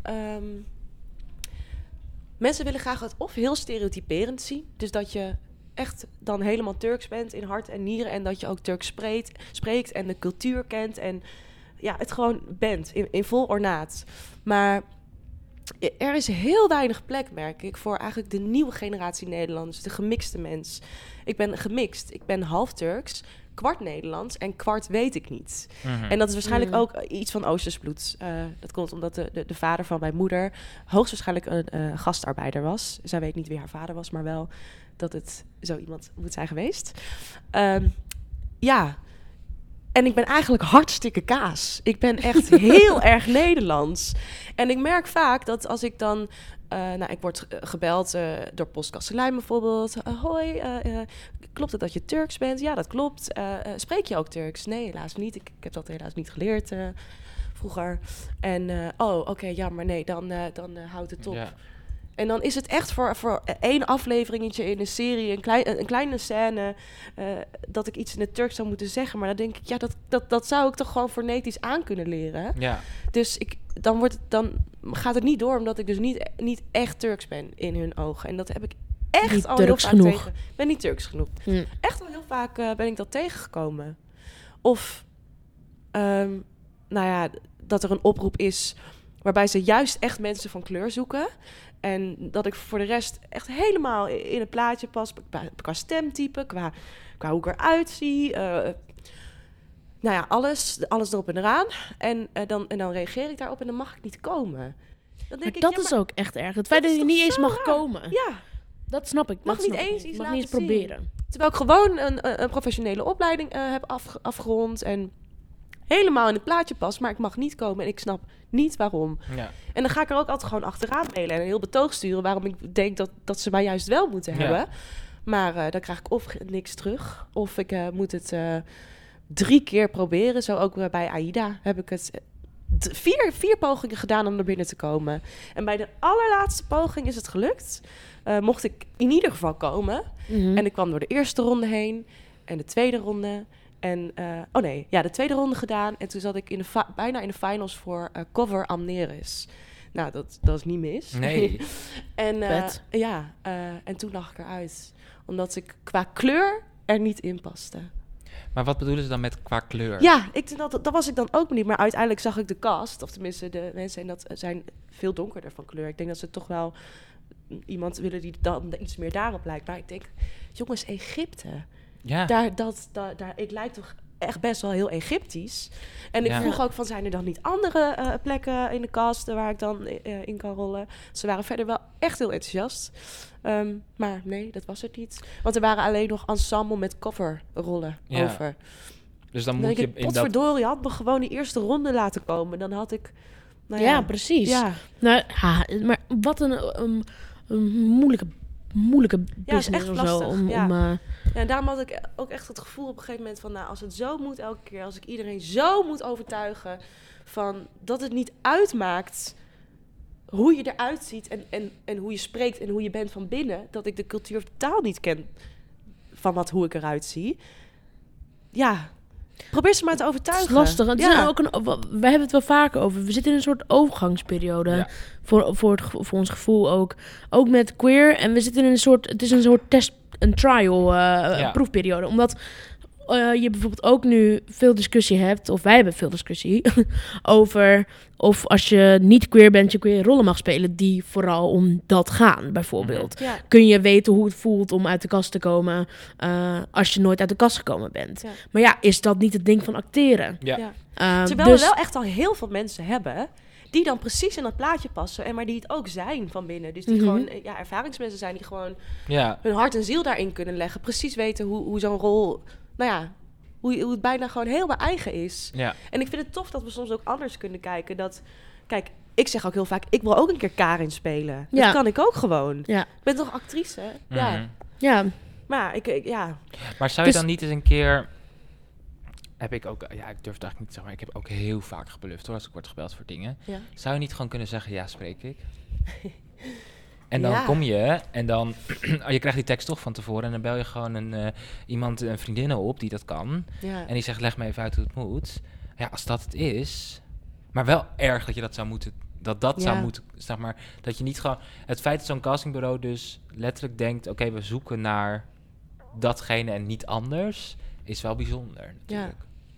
Speaker 3: mensen willen graag het of heel stereotyperend zien. Dus dat je echt dan helemaal Turks bent in hart en nieren. En dat je ook Turks spreekt en de cultuur kent. En ja, het gewoon bent in vol ornaat. Maar er is heel weinig plek, merk ik, voor eigenlijk de nieuwe generatie Nederlanders. De gemixte mens. Ik ben gemixt. Ik ben half Turks, kwart Nederlands en kwart weet ik niet.
Speaker 1: Mhm.
Speaker 3: En dat is waarschijnlijk ook iets van Oosters bloed. Dat komt omdat de vader van mijn moeder hoogstwaarschijnlijk een gastarbeider was. Zij weet niet wie haar vader was, maar wel dat het zo iemand moet zijn geweest. Ja, en ik ben eigenlijk hartstikke kaas. Ik ben echt heel erg Nederlands. En ik merk vaak dat als ik dan... ik word gebeld door Post Kastelein bijvoorbeeld. Hoi, klopt het dat je Turks bent? Ja, dat klopt. Spreek je ook Turks? Nee, helaas niet. Ik heb dat helaas niet geleerd vroeger. En, oké, jammer. Nee, dan houdt het op.
Speaker 1: Ja.
Speaker 3: En dan is het echt voor 1 afleveringetje in een serie, een kleine scène, dat ik iets in het Turks zou moeten zeggen. Maar dan denk ik, ja, dat zou ik toch gewoon fonetisch aan kunnen leren.
Speaker 1: Ja.
Speaker 3: Dus dan gaat het niet door, omdat ik dus niet echt Turks ben in hun ogen. En dat heb ik echt
Speaker 2: Niet
Speaker 3: al
Speaker 2: Turks
Speaker 3: heel vaak
Speaker 2: genoeg.
Speaker 3: Ik ben niet Turks genoeg. Echt al heel vaak ben ik dat tegengekomen. Of, dat er een oproep is waarbij ze juist echt mensen van kleur zoeken. En dat ik voor de rest echt helemaal in het plaatje pas. Qua stemtype, qua hoe ik eruit zie. Alles erop en eraan. En dan reageer ik daarop en dan mag ik niet komen. Dan denk
Speaker 2: Maar dat is ook echt erg. Het feit dat
Speaker 3: is
Speaker 2: je
Speaker 3: toch
Speaker 2: niet eens
Speaker 3: zo
Speaker 2: mag
Speaker 3: raar?
Speaker 2: komen.
Speaker 3: Ja,
Speaker 2: Dat snap ik.
Speaker 3: Mag
Speaker 2: dat
Speaker 3: niet
Speaker 2: snap ik
Speaker 3: eens iets
Speaker 2: Mag niet eens
Speaker 3: laten zien.
Speaker 2: proberen.
Speaker 3: terwijl ik gewoon een professionele opleiding heb afgerond. En helemaal in het plaatje pas. Maar ik mag niet komen en ik snap niet waarom.
Speaker 1: Ja.
Speaker 3: En dan ga ik er ook altijd gewoon achteraan mailen en een heel betoog sturen waarom ik denk dat ze mij juist wel moeten
Speaker 1: Ja.
Speaker 3: hebben. Maar dan krijg ik of niks terug, of ik moet het 3 keer proberen. Zo ook bij AIDA heb ik het 4 pogingen gedaan om er binnen te komen. En bij de allerlaatste poging is het gelukt. Mocht ik in ieder geval komen. En ik kwam door de eerste ronde heen en de tweede ronde. En de tweede ronde gedaan. En toen zat ik bijna in de finals voor Cover Amneris. Nou, dat is niet mis.
Speaker 1: Nee.
Speaker 3: En en toen lag ik eruit. Omdat ik qua kleur er niet in paste.
Speaker 1: Maar wat bedoelen ze dan met qua kleur?
Speaker 3: Ja, dat was ik dan ook niet. Maar uiteindelijk zag ik de cast, of tenminste de mensen, en dat zijn veel donkerder van kleur. Ik denk dat ze toch wel iemand willen die dan iets meer daarop lijkt. Maar ik denk, jongens, Egypte.
Speaker 1: Ja.
Speaker 3: Ik lijk toch echt best wel heel Egyptisch. En ik vroeg ook van, zijn er dan niet andere plekken in de cast waar ik dan in kan rollen? Ze waren verder wel echt heel enthousiast. Maar nee, dat was het niet. Want er waren alleen nog ensemble met coverrollen over.
Speaker 1: Dus dan moet je in
Speaker 3: potverdorie, je had me gewoon die eerste ronde laten komen. Dan had ik...
Speaker 2: precies.
Speaker 3: Ja.
Speaker 2: Nou, maar wat een moeilijke business of zo.
Speaker 3: En daarom had ik ook echt het gevoel op een gegeven moment van... als het zo moet elke keer, als ik iedereen zo moet overtuigen... van dat het niet uitmaakt hoe je eruit ziet en hoe je spreekt en hoe je bent van binnen... dat ik de cultuur totaal niet ken van hoe ik eruit zie. Ja, probeer ze maar te overtuigen.
Speaker 2: Het is lastig. We hebben het wel vaker over. We zitten in een soort overgangsperiode. Ja. Voor ons gevoel ook. Ook met queer. En we zitten in een soort... Het is een soort test... Een trial proefperiode. Omdat je bijvoorbeeld ook nu veel discussie hebt... Of wij hebben veel discussie... over of als je niet queer bent... je queer rollen mag spelen... die vooral om dat gaan, bijvoorbeeld. Ja. Kun je weten hoe het voelt om uit de kast te komen... als je nooit uit de kast gekomen bent. Ja. Maar ja, is dat niet het ding van acteren?
Speaker 1: Ja.
Speaker 3: Terwijl we wel echt al heel veel mensen hebben... die dan precies in dat plaatje passen... maar die het ook zijn van binnen. Dus die gewoon ervaringsmensen zijn... die gewoon hun hart en ziel daarin kunnen leggen. Precies weten hoe zo'n rol... hoe het bijna gewoon helemaal eigen is. Ja. En ik vind het tof dat we soms ook anders kunnen kijken. Kijk, ik zeg ook heel vaak... ik wil ook een keer Karin spelen. Ja. Dat kan ik ook gewoon. Ja. Ik ben toch actrice?
Speaker 1: Mm-hmm.
Speaker 3: Ja. Maar
Speaker 1: Maar zou je dan niet eens een keer... Heb ik ook... Ja, ik durf het eigenlijk niet te zeggen... maar ik heb ook heel vaak gebluft hoor... als ik word gebeld voor dingen. Ja. Zou je niet gewoon kunnen zeggen... ja, spreek ik? En dan kom je... en dan... je krijgt die tekst toch van tevoren... en dan bel je gewoon een vriendin op... die dat kan. Ja. En die zegt... leg me even uit hoe het moet. Ja, als dat het is... maar wel erg dat je dat zou moeten... zou moeten... zeg maar... dat je niet gewoon... het feit dat zo'n castingbureau dus... letterlijk denkt... oké, we zoeken naar... datgene en niet anders... is wel bijzonder natuurlijk.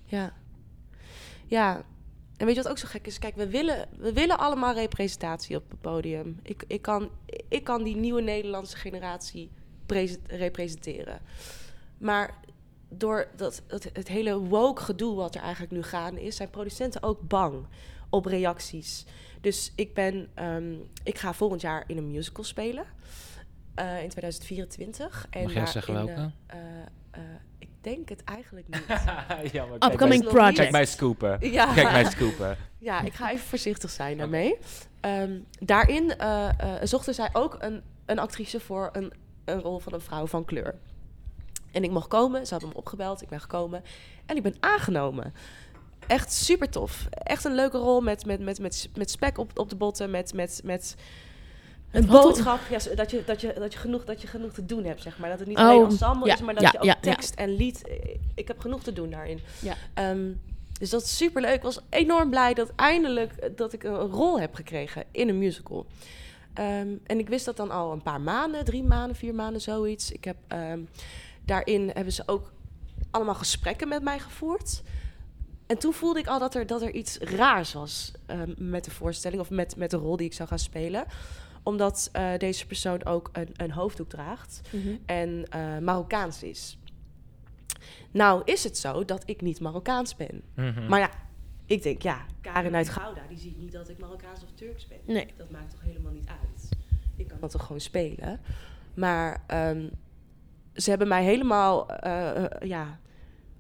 Speaker 3: Ja. En weet je wat ook zo gek is? Kijk, we willen allemaal representatie op het podium. Ik kan die nieuwe Nederlandse generatie representeren. Maar door het hele woke gedoe wat er eigenlijk nu gaande is... zijn producenten ook bang op reacties. Dus ik ga volgend jaar in een musical spelen. In 2024.
Speaker 1: Mag jij zeggen welke?
Speaker 3: Ik denk het eigenlijk niet.
Speaker 1: Ja, maar
Speaker 2: Upcoming project.
Speaker 1: Kijk mij scoopen. Ja,
Speaker 3: ik ga even voorzichtig zijn daarmee. Daarin zochten zij ook een actrice voor een rol van een vrouw van kleur. En ik mocht komen. Ze hadden me opgebeld. Ik ben gekomen. En ik ben aangenomen. Echt super tof. Echt een leuke rol met spek op de botten. Met een boodschap, dat je genoeg te doen hebt, zeg maar. Dat het niet alleen ensemble is, maar dat je ook tekst en lied... Ik heb genoeg te doen daarin. Ja. Dus dat is superleuk. Ik was enorm blij dat ik een rol heb gekregen in een musical. En ik wist dat dan al een paar maanden, 3 maanden, 4 maanden, zoiets. Ik heb, daarin hebben ze ook allemaal gesprekken met mij gevoerd. En toen voelde ik al dat er iets raars was met de voorstelling... of met de rol die ik zou gaan spelen... Omdat deze persoon ook een hoofddoek draagt en Marokkaans is. Nou is het zo dat ik niet Marokkaans ben. Mm-hmm. Maar ja, ik denk, Karin uit Gouda... die ziet niet dat ik Marokkaans of Turks ben. Nee. Dat maakt toch helemaal niet uit. Ik kan dat toch gewoon spelen. Maar ze hebben mij helemaal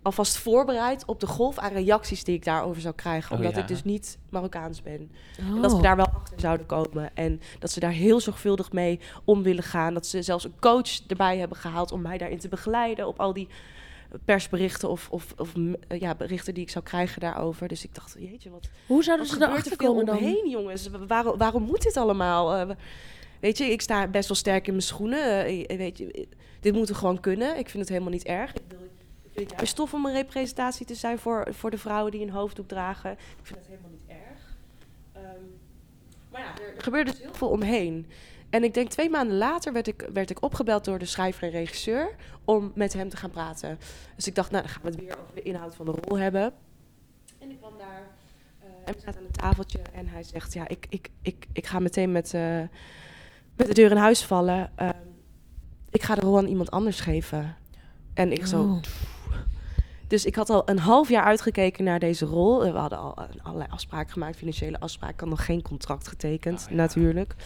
Speaker 3: alvast voorbereid op de golf aan reacties die ik daarover zou krijgen.
Speaker 1: Oh,
Speaker 3: Omdat
Speaker 1: ja.
Speaker 3: ik dus niet Marokkaans ben.
Speaker 2: Oh.
Speaker 3: En dat we daar wel achter zouden komen. En dat ze daar heel zorgvuldig mee om willen gaan. Dat ze zelfs een coach erbij hebben gehaald om mij daarin te begeleiden. Op al die persberichten of berichten die ik zou krijgen daarover. Dus ik dacht, jeetje,
Speaker 2: Hoe zouden
Speaker 3: wat
Speaker 2: ze
Speaker 3: gebeurt er
Speaker 2: erachter
Speaker 3: veel
Speaker 2: komen dan?
Speaker 3: omheen, jongens? Waarom moet dit allemaal? Weet je, ik sta best wel sterk in mijn schoenen. Weet je, dit moeten we gewoon kunnen. Ik vind het helemaal niet erg. Ik vind het juist tof om een representatie te zijn voor de vrouwen die een hoofddoek dragen. Ik vind het helemaal niet erg. Maar ja, er gebeurde dus heel veel omheen. En ik denk 2 maanden later werd ik opgebeld door de schrijver en regisseur om met hem te gaan praten. Dus ik dacht, nou, dan gaan we het weer over de inhoud van de rol hebben. En ik kwam daar en we zaten aan een tafeltje en hij zegt, ja, ik ga meteen met de deur in huis vallen. Ik ga de rol aan iemand anders geven. En ik zo...
Speaker 2: Oh.
Speaker 3: Dus ik had al een half jaar uitgekeken naar deze rol. We hadden al allerlei afspraken gemaakt, financiële afspraken. Ik had nog geen contract getekend, natuurlijk.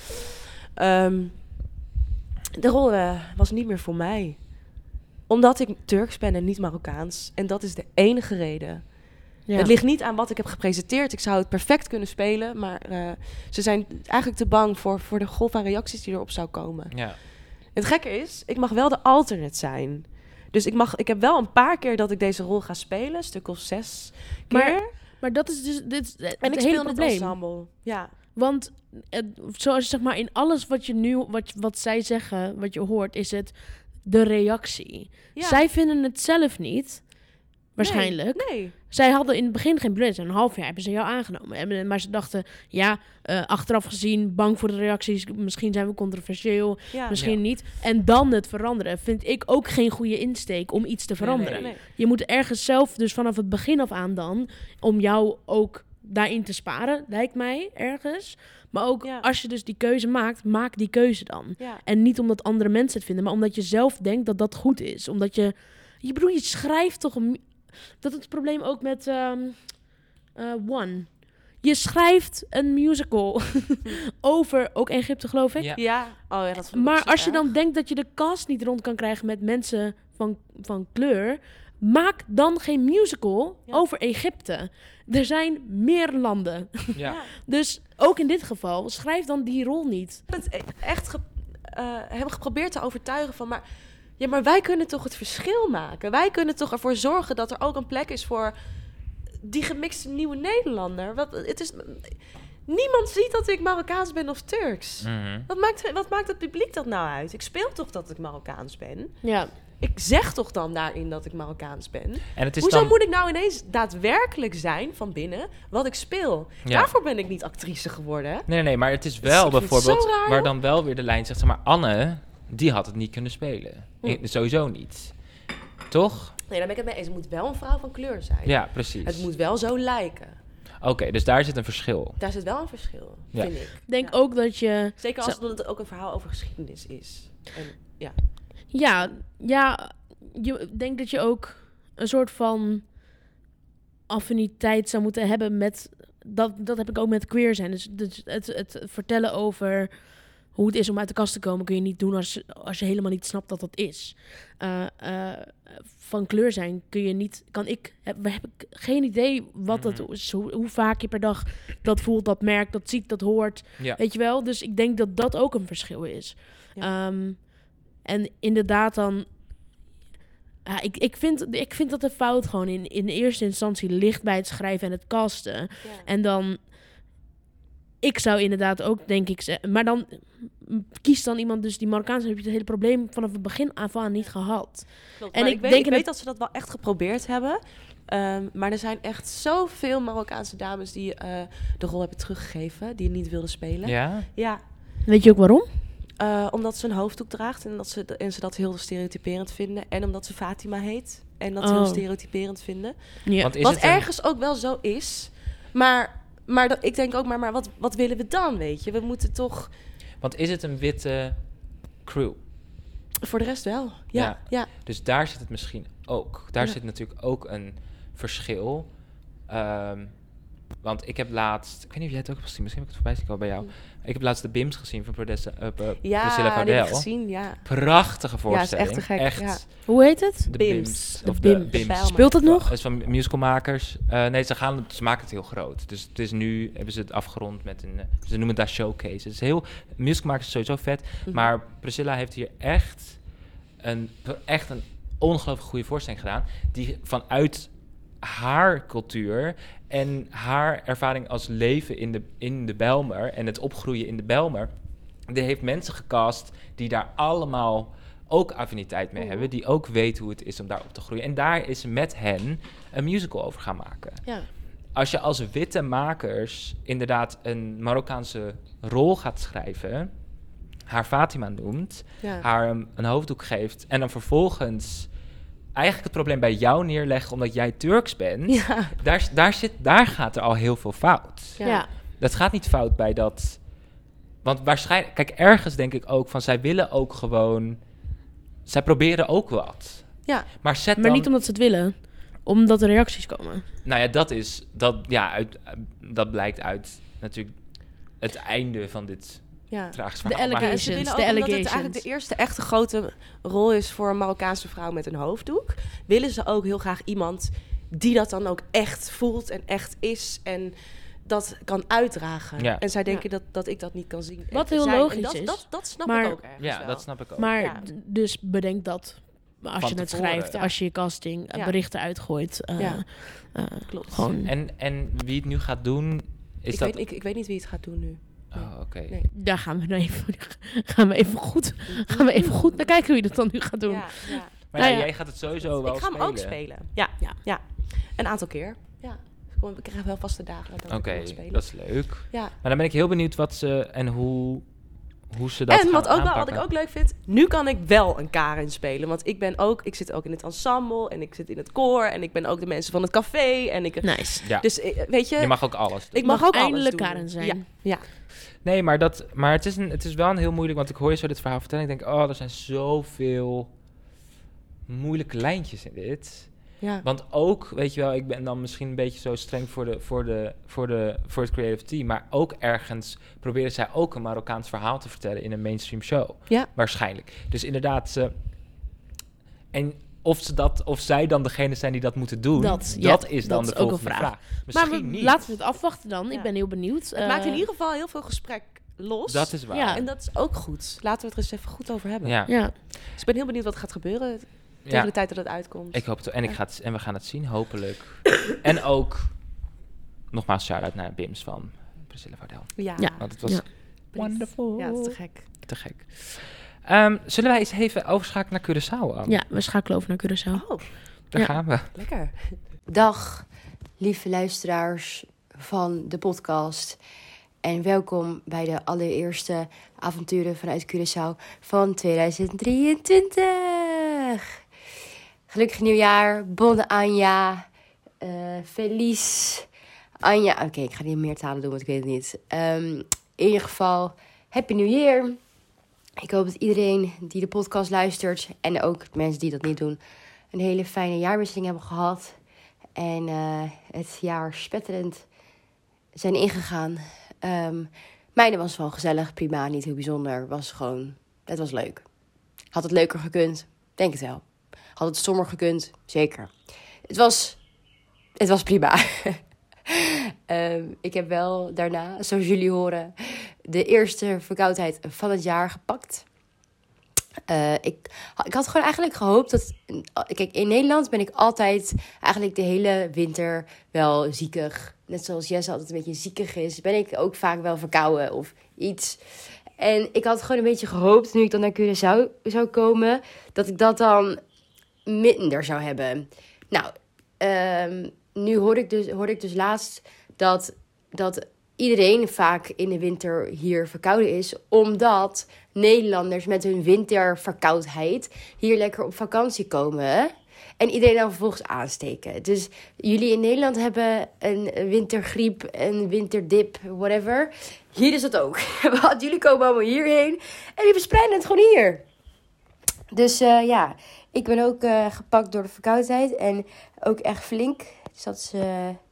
Speaker 3: De rol was niet meer voor mij. Omdat ik Turks ben en niet Marokkaans. En dat is de enige reden.
Speaker 2: Ja.
Speaker 3: Het ligt niet aan wat ik heb gepresenteerd. Ik zou het perfect kunnen spelen. Maar ze zijn eigenlijk te bang voor de golf aan reacties die erop zou komen.
Speaker 1: Ja.
Speaker 3: Het gekke is, ik mag wel de alternate zijn. Dus ik heb wel een paar keer dat ik deze rol ga spelen. Een stuk of 6 keer.
Speaker 2: Maar dat is dus dit
Speaker 3: En
Speaker 2: het
Speaker 3: ik
Speaker 2: hele
Speaker 3: speel in het
Speaker 2: probleem.
Speaker 3: ensemble. Ja.
Speaker 2: Want zoals zeg maar in alles wat je nu, wat zij zeggen, wat je hoort, is het de reactie.
Speaker 3: Ja.
Speaker 2: Zij vinden het zelf niet, waarschijnlijk.
Speaker 3: Nee.
Speaker 2: Zij hadden in het begin geen budget. Een half jaar hebben ze jou aangenomen. Maar ze dachten, achteraf gezien, bang voor de reacties. Misschien zijn we controversieel,
Speaker 3: Ja.
Speaker 2: misschien niet. En dan het veranderen. Vind ik ook geen goede insteek om iets te veranderen.
Speaker 3: Nee.
Speaker 2: Je moet ergens zelf, dus vanaf het begin af aan dan, om jou ook daarin te sparen, lijkt mij, ergens. Maar ook
Speaker 3: Ja.
Speaker 2: als je dus die keuze maakt, maak die keuze dan.
Speaker 3: Ja.
Speaker 2: En niet omdat andere mensen het vinden, maar omdat je zelf denkt dat dat goed is. Omdat je schrijft toch een... Dat is het probleem ook met One. Je schrijft een musical over, ook Egypte geloof ik.
Speaker 1: Ja.
Speaker 3: Ja. Oh ja, dat vond ik
Speaker 2: Maar
Speaker 3: ook zo
Speaker 2: als je
Speaker 3: erg.
Speaker 2: dan denkt dat je de cast niet rond kan krijgen met mensen van kleur, maak dan geen musical
Speaker 3: Ja.
Speaker 2: over Egypte. Er zijn meer landen.
Speaker 1: Ja.
Speaker 2: Dus ook in dit geval, schrijf dan die rol niet.
Speaker 3: het echt hebben geprobeerd te overtuigen van... Maar wij kunnen toch het verschil maken? Wij kunnen toch ervoor zorgen dat er ook een plek is voor die gemixte nieuwe Nederlander? Niemand ziet dat ik Marokkaans ben of Turks.
Speaker 1: Mhm.
Speaker 3: Wat maakt het publiek dat nou uit? Ik speel toch dat ik Marokkaans ben?
Speaker 2: Ja.
Speaker 3: Ik zeg toch dan daarin dat ik Marokkaans ben?
Speaker 1: En het is
Speaker 3: Hoezo
Speaker 1: dan...
Speaker 3: moet ik nou ineens daadwerkelijk zijn van binnen wat ik speel?
Speaker 1: Ja.
Speaker 3: Daarvoor ben ik niet actrice geworden.
Speaker 1: Nee, maar het is
Speaker 3: Dus
Speaker 1: wel
Speaker 3: ik vind het
Speaker 1: bijvoorbeeld...
Speaker 3: zo raar,
Speaker 1: waar
Speaker 3: joh.
Speaker 1: dan wel weer de lijn zegt, zeg maar, Anne, die had het niet kunnen spelen. Sowieso niet. Toch?
Speaker 3: Nee, daar ben ik het mee eens. Het moet wel een vrouw van kleur zijn.
Speaker 1: Ja, precies.
Speaker 3: Het moet wel zo lijken.
Speaker 1: Oké, dus daar zit een verschil.
Speaker 3: Daar zit wel een verschil,
Speaker 1: Ja.
Speaker 3: vind ik.
Speaker 2: Ik denk
Speaker 3: Ja.
Speaker 2: ook dat je...
Speaker 3: Zeker als het ook een verhaal over geschiedenis is. En, ja.
Speaker 2: Ja, je denkt dat je ook een soort van affiniteit zou moeten hebben met... Dat heb ik ook met queer zijn. Dus het vertellen over hoe het is om uit de kast te komen... kun je niet doen als je helemaal niet snapt dat dat is. Van kleur zijn kun je niet... heb ik geen idee wat dat is. Hoe vaak je per dag dat voelt, dat merkt, dat ziet, dat hoort.
Speaker 1: Ja.
Speaker 2: Weet je wel? Dus ik denk dat dat ook een verschil is.
Speaker 3: Ja.
Speaker 2: En inderdaad dan... Ik vind dat de fout gewoon in eerste instantie ligt bij het schrijven en het casten. En dan... Ik zou inderdaad ook, denk ik... Maar dan kies dan iemand dus die Marokkaans... heb je het hele probleem vanaf het begin af aan niet gehad.
Speaker 3: Klopt.
Speaker 2: En
Speaker 3: Maar
Speaker 2: ik
Speaker 3: ik
Speaker 2: denk
Speaker 3: weet dat ze dat wel echt geprobeerd hebben. Maar er zijn echt zoveel Marokkaanse dames die de rol hebben teruggegeven. Die niet wilden spelen.
Speaker 1: Ja?
Speaker 3: Ja.
Speaker 2: Weet je ook waarom?
Speaker 3: Omdat ze een hoofddoek draagt en ze dat heel stereotyperend vinden. En omdat ze Fatima heet. En dat ze
Speaker 2: Oh.
Speaker 3: heel stereotyperend vinden.
Speaker 2: Ja.
Speaker 1: Want is
Speaker 3: Wat
Speaker 1: het een-
Speaker 3: ergens ook wel zo is. Maar ik denk ook, maar wat willen we dan, weet je? We moeten toch...
Speaker 1: Want is het een witte crew?
Speaker 3: Voor de rest wel.
Speaker 1: Ja.
Speaker 3: Ja, ja.
Speaker 1: Dus daar zit het misschien ook. Daar
Speaker 3: Ja.
Speaker 1: zit natuurlijk ook een verschil. Want ik heb laatst... Ik weet niet of jij het ook hebt gezien. Misschien heb ik het voorbij zien komen bij jou. Ik heb laatst de BIMS gezien van Priscilla
Speaker 3: Ja, die heb
Speaker 1: Vaudel.
Speaker 3: ik gezien, ja.
Speaker 1: Prachtige voorstelling.
Speaker 3: Ja, is echt te gek,
Speaker 1: Echt.
Speaker 3: ja.
Speaker 2: Hoe heet het?
Speaker 1: De
Speaker 3: BIMS.
Speaker 1: BIMS.
Speaker 2: De
Speaker 1: Of
Speaker 2: BIMS.
Speaker 1: de BIMS.
Speaker 3: Bijlmer.
Speaker 2: Speelt het nog?
Speaker 1: Het is van musicalmakers. Nee, ze maken het heel groot. Dus het is nu, hebben ze het afgerond met een... ze noemen het daar showcase. Het is heel... Musicalmakers is sowieso vet.
Speaker 3: Mhm.
Speaker 1: Maar Priscilla heeft hier echt een ongelooflijk goede voorstelling gedaan. Die vanuit haar cultuur en haar ervaring als leven in de Bijlmer en het opgroeien in de Bijlmer, die heeft mensen gecast die daar allemaal ook affiniteit mee hebben, die ook weten hoe het is om daar op te groeien. En daar is ze met hen een musical over gaan maken.
Speaker 2: Ja.
Speaker 1: Als je als witte makers inderdaad een Marokkaanse rol gaat schrijven, haar Fatima noemt,
Speaker 3: Ja.
Speaker 1: haar een hoofddoek geeft en dan vervolgens eigenlijk het probleem bij jou neerleggen omdat jij Turks bent,
Speaker 3: Ja.
Speaker 1: daar gaat er al heel veel fout.
Speaker 2: Ja.
Speaker 1: Dat gaat niet fout bij dat... Want waarschijnlijk... Kijk, ergens denk ik ook van... Zij willen ook gewoon... Zij proberen ook wat.
Speaker 3: Ja.
Speaker 1: Maar zet
Speaker 2: Maar
Speaker 1: dan...
Speaker 2: niet omdat ze het willen. Omdat er reacties komen.
Speaker 1: Nou ja, dat blijkt uit natuurlijk het einde van dit
Speaker 3: Ja.
Speaker 1: tragische
Speaker 2: De
Speaker 1: verhaal. Maar
Speaker 2: allegations.
Speaker 3: Ze willen
Speaker 2: de
Speaker 3: ook, omdat het
Speaker 2: allegations.
Speaker 3: eigenlijk de eerste echte grote rol is voor een Marokkaanse vrouw met een hoofddoek, willen ze ook heel graag iemand die dat dan ook echt voelt en echt is en dat kan uitdragen.
Speaker 1: Ja.
Speaker 3: En zij denken dat ik dat niet kan zien.
Speaker 2: Wat heel
Speaker 3: zijn.
Speaker 2: logisch
Speaker 3: En
Speaker 2: is.
Speaker 3: dat snap
Speaker 2: Maar-
Speaker 3: ik ook ergens
Speaker 1: Ja,
Speaker 3: wel.
Speaker 1: dat snap ik ook.
Speaker 2: Maar
Speaker 3: Ja.
Speaker 2: dus bedenk dat als
Speaker 1: Van
Speaker 2: je het
Speaker 1: tevoren,
Speaker 2: schrijft,
Speaker 3: ja.
Speaker 2: als je je casting
Speaker 3: Ja.
Speaker 2: berichten uitgooit.
Speaker 3: Ja.
Speaker 2: Klopt. Gewoon,
Speaker 1: En wie het nu gaat doen... Is
Speaker 3: Ik,
Speaker 1: dat...
Speaker 3: weet, ik weet niet wie het gaat doen nu.
Speaker 1: Oh, oké.
Speaker 3: Nee.
Speaker 2: daar gaan we even goed naar kijken wie dat dan nu gaat doen.
Speaker 3: Ja, ja.
Speaker 1: Maar
Speaker 2: Nou
Speaker 1: ja,
Speaker 2: ja.
Speaker 1: jij gaat het sowieso wel
Speaker 3: Ik ga hem ook spelen. Ja,
Speaker 2: Ja.
Speaker 3: ja. Een aantal keer. Ja. Ik krijg wel vaste dagen dat
Speaker 1: Oké,
Speaker 3: ik mag spelen.
Speaker 1: dat is leuk.
Speaker 3: Ja.
Speaker 1: Maar dan ben ik heel benieuwd wat ze en hoe ze dat
Speaker 3: En
Speaker 1: gaan
Speaker 3: wat ik
Speaker 1: aanpakken.
Speaker 3: ook leuk vind, nu kan ik wel een Karin spelen. Want ik zit ook in het ensemble en ik zit in het koor en ik ben ook de mensen van het café. En ik,
Speaker 2: Nice.
Speaker 1: Ja.
Speaker 3: Dus weet je,
Speaker 1: Je mag ook alles doen.
Speaker 3: ik mag ook alles
Speaker 2: eindelijk
Speaker 3: doen.
Speaker 2: Karen zijn.
Speaker 3: Ja, ja.
Speaker 1: Nee, maar het is wel een heel moeilijk, want ik hoor je zo dit verhaal vertellen. Ik denk, er zijn zoveel moeilijke lijntjes in dit.
Speaker 3: Ja.
Speaker 1: Want ook, weet je wel, ik ben dan misschien een beetje zo streng voor het creative team, maar ook ergens proberen zij ook een Marokkaans verhaal te vertellen in een mainstream show.
Speaker 3: Ja.
Speaker 1: Waarschijnlijk. Dus inderdaad, en of zij dan degene zijn die dat moeten doen, dat is dan
Speaker 2: dat
Speaker 1: de
Speaker 2: is ook een
Speaker 1: volgende
Speaker 2: vraag.
Speaker 1: Misschien
Speaker 2: Maar
Speaker 1: niet.
Speaker 2: laten we het afwachten dan.
Speaker 3: Ja.
Speaker 2: Ik ben heel benieuwd.
Speaker 3: Het maakt in ieder geval heel veel gesprek los.
Speaker 1: Dat is waar.
Speaker 2: Ja.
Speaker 3: En dat is ook goed. Laten we het er eens even goed over hebben.
Speaker 1: Ja.
Speaker 2: Ja.
Speaker 3: Dus ik ben heel benieuwd wat er gaat gebeuren tegen
Speaker 1: Ja.
Speaker 3: de tijd dat het uitkomt.
Speaker 1: Ik hoop het. En we gaan het zien, hopelijk. En ook, nogmaals, shout-out naar BIMS van Priscilla Vaudel.
Speaker 3: Ja.
Speaker 2: Ja.
Speaker 1: Want het was
Speaker 2: Ja.
Speaker 1: wonderful.
Speaker 3: Ja, dat is te gek.
Speaker 1: Te gek. Zullen wij eens even overschakelen naar Curaçao, Anne?
Speaker 2: Ja, we schakelen over naar Curaçao.
Speaker 3: Oh,
Speaker 1: Daar
Speaker 2: Ja.
Speaker 1: gaan we.
Speaker 3: lekker.
Speaker 5: Dag, lieve luisteraars van de podcast. En welkom bij de allereerste avonturen vanuit Curaçao van 2023. Gelukkig nieuwjaar, bonne Anja, Feliz Anja. Oké, ik ga niet meer talen doen, want ik weet het niet. In ieder geval, Happy New Year. Ik hoop dat iedereen die de podcast luistert en ook mensen die dat niet doen, een hele fijne jaarwisseling hebben gehad. En het jaar spetterend zijn ingegaan. Mijne was wel gezellig, prima, niet heel bijzonder. Het was leuk. Had het leuker gekund? Denk het wel. Had het stommer gekund? Zeker. Het was prima. Ik heb wel daarna, zoals jullie horen, de eerste verkoudheid van het jaar gepakt. Ik had gewoon eigenlijk gehoopt dat... Kijk, in Nederland ben ik altijd eigenlijk de hele winter wel ziekig. Net zoals Jesse altijd een beetje ziekig is, ben ik ook vaak wel verkouden of iets. En ik had gewoon een beetje gehoopt, nu ik dan naar Curaçao zou komen, dat ik dat dan minder zou hebben. Nou, nu hoorde ik dus laatst dat iedereen vaak in de winter hier verkouden is, omdat Nederlanders met hun winterverkoudheid hier lekker op vakantie komen en iedereen dan vervolgens aansteken. Dus jullie in Nederland hebben een wintergriep, een winterdip, whatever. Hier is dat ook. Want jullie komen allemaal hierheen en die verspreiden het gewoon hier. Dus ja, ik ben ook gepakt door de verkoudheid en ook echt flink. Dus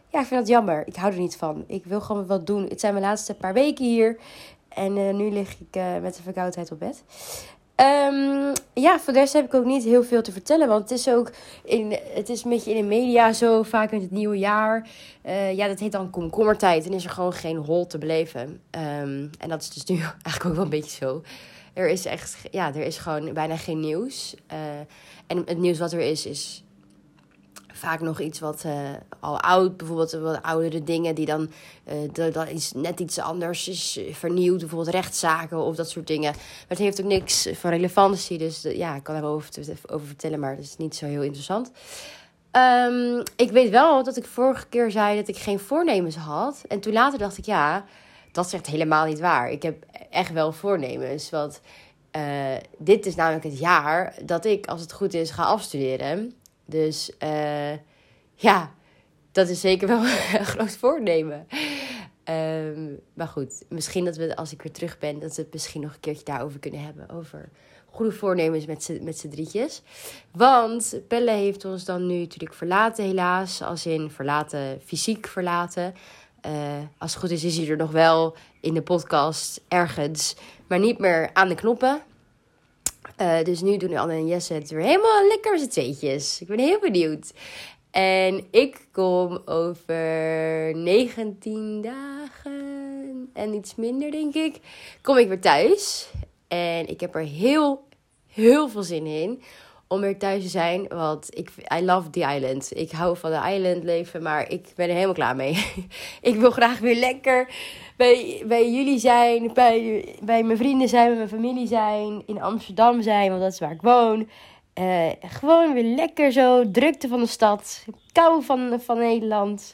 Speaker 5: ja, ik vind dat jammer. Ik hou er niet van. Ik wil gewoon wat doen. Het zijn mijn laatste paar weken hier. En nu lig ik met de verkoudheid op bed. Ja, voor de rest heb ik ook niet heel veel te vertellen. Want het is ook het is een beetje in de media zo, vaak in het nieuwe jaar. Ja, dat heet dan komkommertijd. En is er gewoon geen hol te beleven. En dat is dus nu eigenlijk ook wel een beetje zo. Er is gewoon bijna geen nieuws. En het nieuws wat er is vaak nog iets wat al oud, bijvoorbeeld wat oudere dingen die dan net iets anders is vernieuwd, bijvoorbeeld rechtszaken of dat soort dingen. Maar het heeft ook niks van relevantie, dus ja, ik kan er wel over vertellen, maar het is niet zo heel interessant. Ik weet wel dat ik vorige keer zei dat ik geen voornemens had. En toen later dacht ik, ja, dat is echt helemaal niet waar. Ik heb echt wel voornemens, want dit is namelijk het jaar dat ik, als het goed is, ga afstuderen. Dus ja, dat is zeker wel een groot voornemen. Maar goed, misschien dat we, als ik weer terug ben, dat we het misschien nog een keertje daarover kunnen hebben. Over goede voornemens met z'n drietjes. Want Pelle heeft ons dan nu natuurlijk verlaten, helaas. Als in verlaten, fysiek verlaten. Als het goed is hij er nog wel in de podcast ergens. Maar niet meer aan de knoppen. Dus nu doen Anne en Jesse het weer helemaal lekker met z'n tweetjes. Ik ben heel benieuwd. En ik kom over 19 dagen en iets minder, denk ik, kom ik weer thuis. En ik heb er heel veel zin in om weer thuis te zijn. Want I love the island. Ik hou van de island leven, maar ik ben er helemaal klaar mee. Ik wil graag weer lekker bij jullie zijn, bij mijn vrienden zijn, bij mijn familie zijn, in Amsterdam zijn, want dat is waar ik woon. Gewoon weer lekker zo, drukte van de stad, kou van Nederland.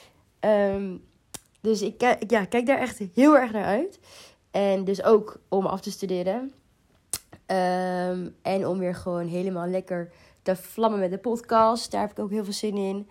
Speaker 5: Dus ik kijk daar echt heel erg naar uit. En dus ook om af te studeren. En om weer gewoon helemaal lekker te vlammen met de podcast. Daar heb ik ook heel veel zin in.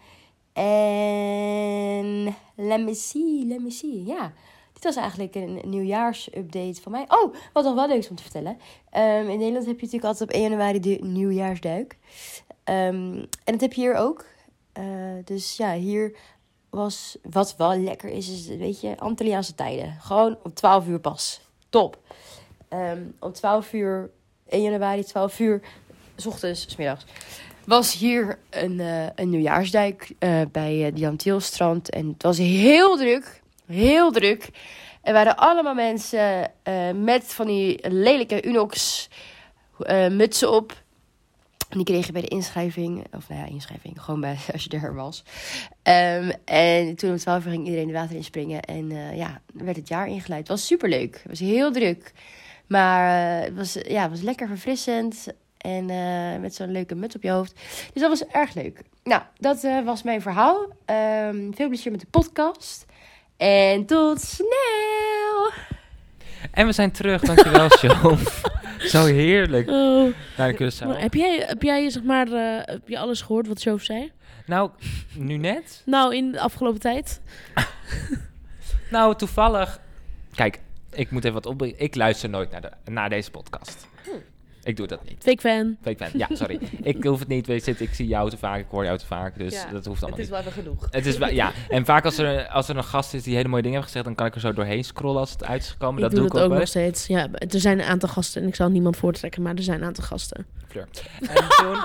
Speaker 5: En let me see. Ja, dit was eigenlijk een nieuwjaarsupdate van mij. Oh, wat nog wel leuk is om te vertellen. In Nederland heb je natuurlijk altijd op 1 januari de nieuwjaarsduik. En dat heb je hier ook. Dus ja, hier was, wat wel lekker is weet je, Antilliaanse tijden. Gewoon om 12 uur pas. Top. Om 12 uur, 1 januari, 12 uur, 's ochtends, 's middags, was hier een nieuwjaarsduik bij het Jan Thielstrand. En het was heel druk. Heel druk. Er waren allemaal mensen met van die lelijke Unox mutsen op. Die kreeg je bij de inschrijving. Of nou ja, inschrijving. Gewoon bij, als je er was. En toen om 12 uur ging iedereen de water inspringen. En ja, werd het jaar ingeleid. Het was superleuk. Het was heel druk. Maar het was lekker verfrissend. En met zo'n leuke muts op je hoofd. Dus dat was erg leuk. Nou, dat was mijn verhaal. Veel plezier met de podcast. En tot snel!
Speaker 1: En we zijn terug, dankjewel, Sjoof. Zo heerlijk.
Speaker 2: Oh.
Speaker 1: Naar de Curaçao.
Speaker 2: Maar heb jij zeg maar, heb je alles gehoord wat Sjoof zei?
Speaker 1: Nou, nu net?
Speaker 2: Nou, in de afgelopen tijd?
Speaker 1: Nou, toevallig. Kijk, ik moet even wat opbrengen. Ik luister nooit naar deze podcast. Ik doe dat niet.
Speaker 2: Fake fan.
Speaker 1: Fake fan, ja, sorry. Ik hoef het niet, weet je, ik zie jou te vaak, ik hoor jou te vaak, dus
Speaker 3: Ja,
Speaker 1: dat hoeft allemaal
Speaker 3: Het is
Speaker 1: niet.
Speaker 3: wel even genoeg.
Speaker 1: Het is wel, ja, en vaak als er een gast is die hele mooie dingen heeft gezegd, dan kan ik er zo doorheen scrollen als het uit is gekomen.
Speaker 2: Ik
Speaker 1: Dat doe ik ook
Speaker 2: nog
Speaker 1: wel eens.
Speaker 2: steeds. Ja, er zijn een aantal gasten en ik zal niemand voortrekken, maar er zijn een aantal gasten.
Speaker 1: Fleur. En toen,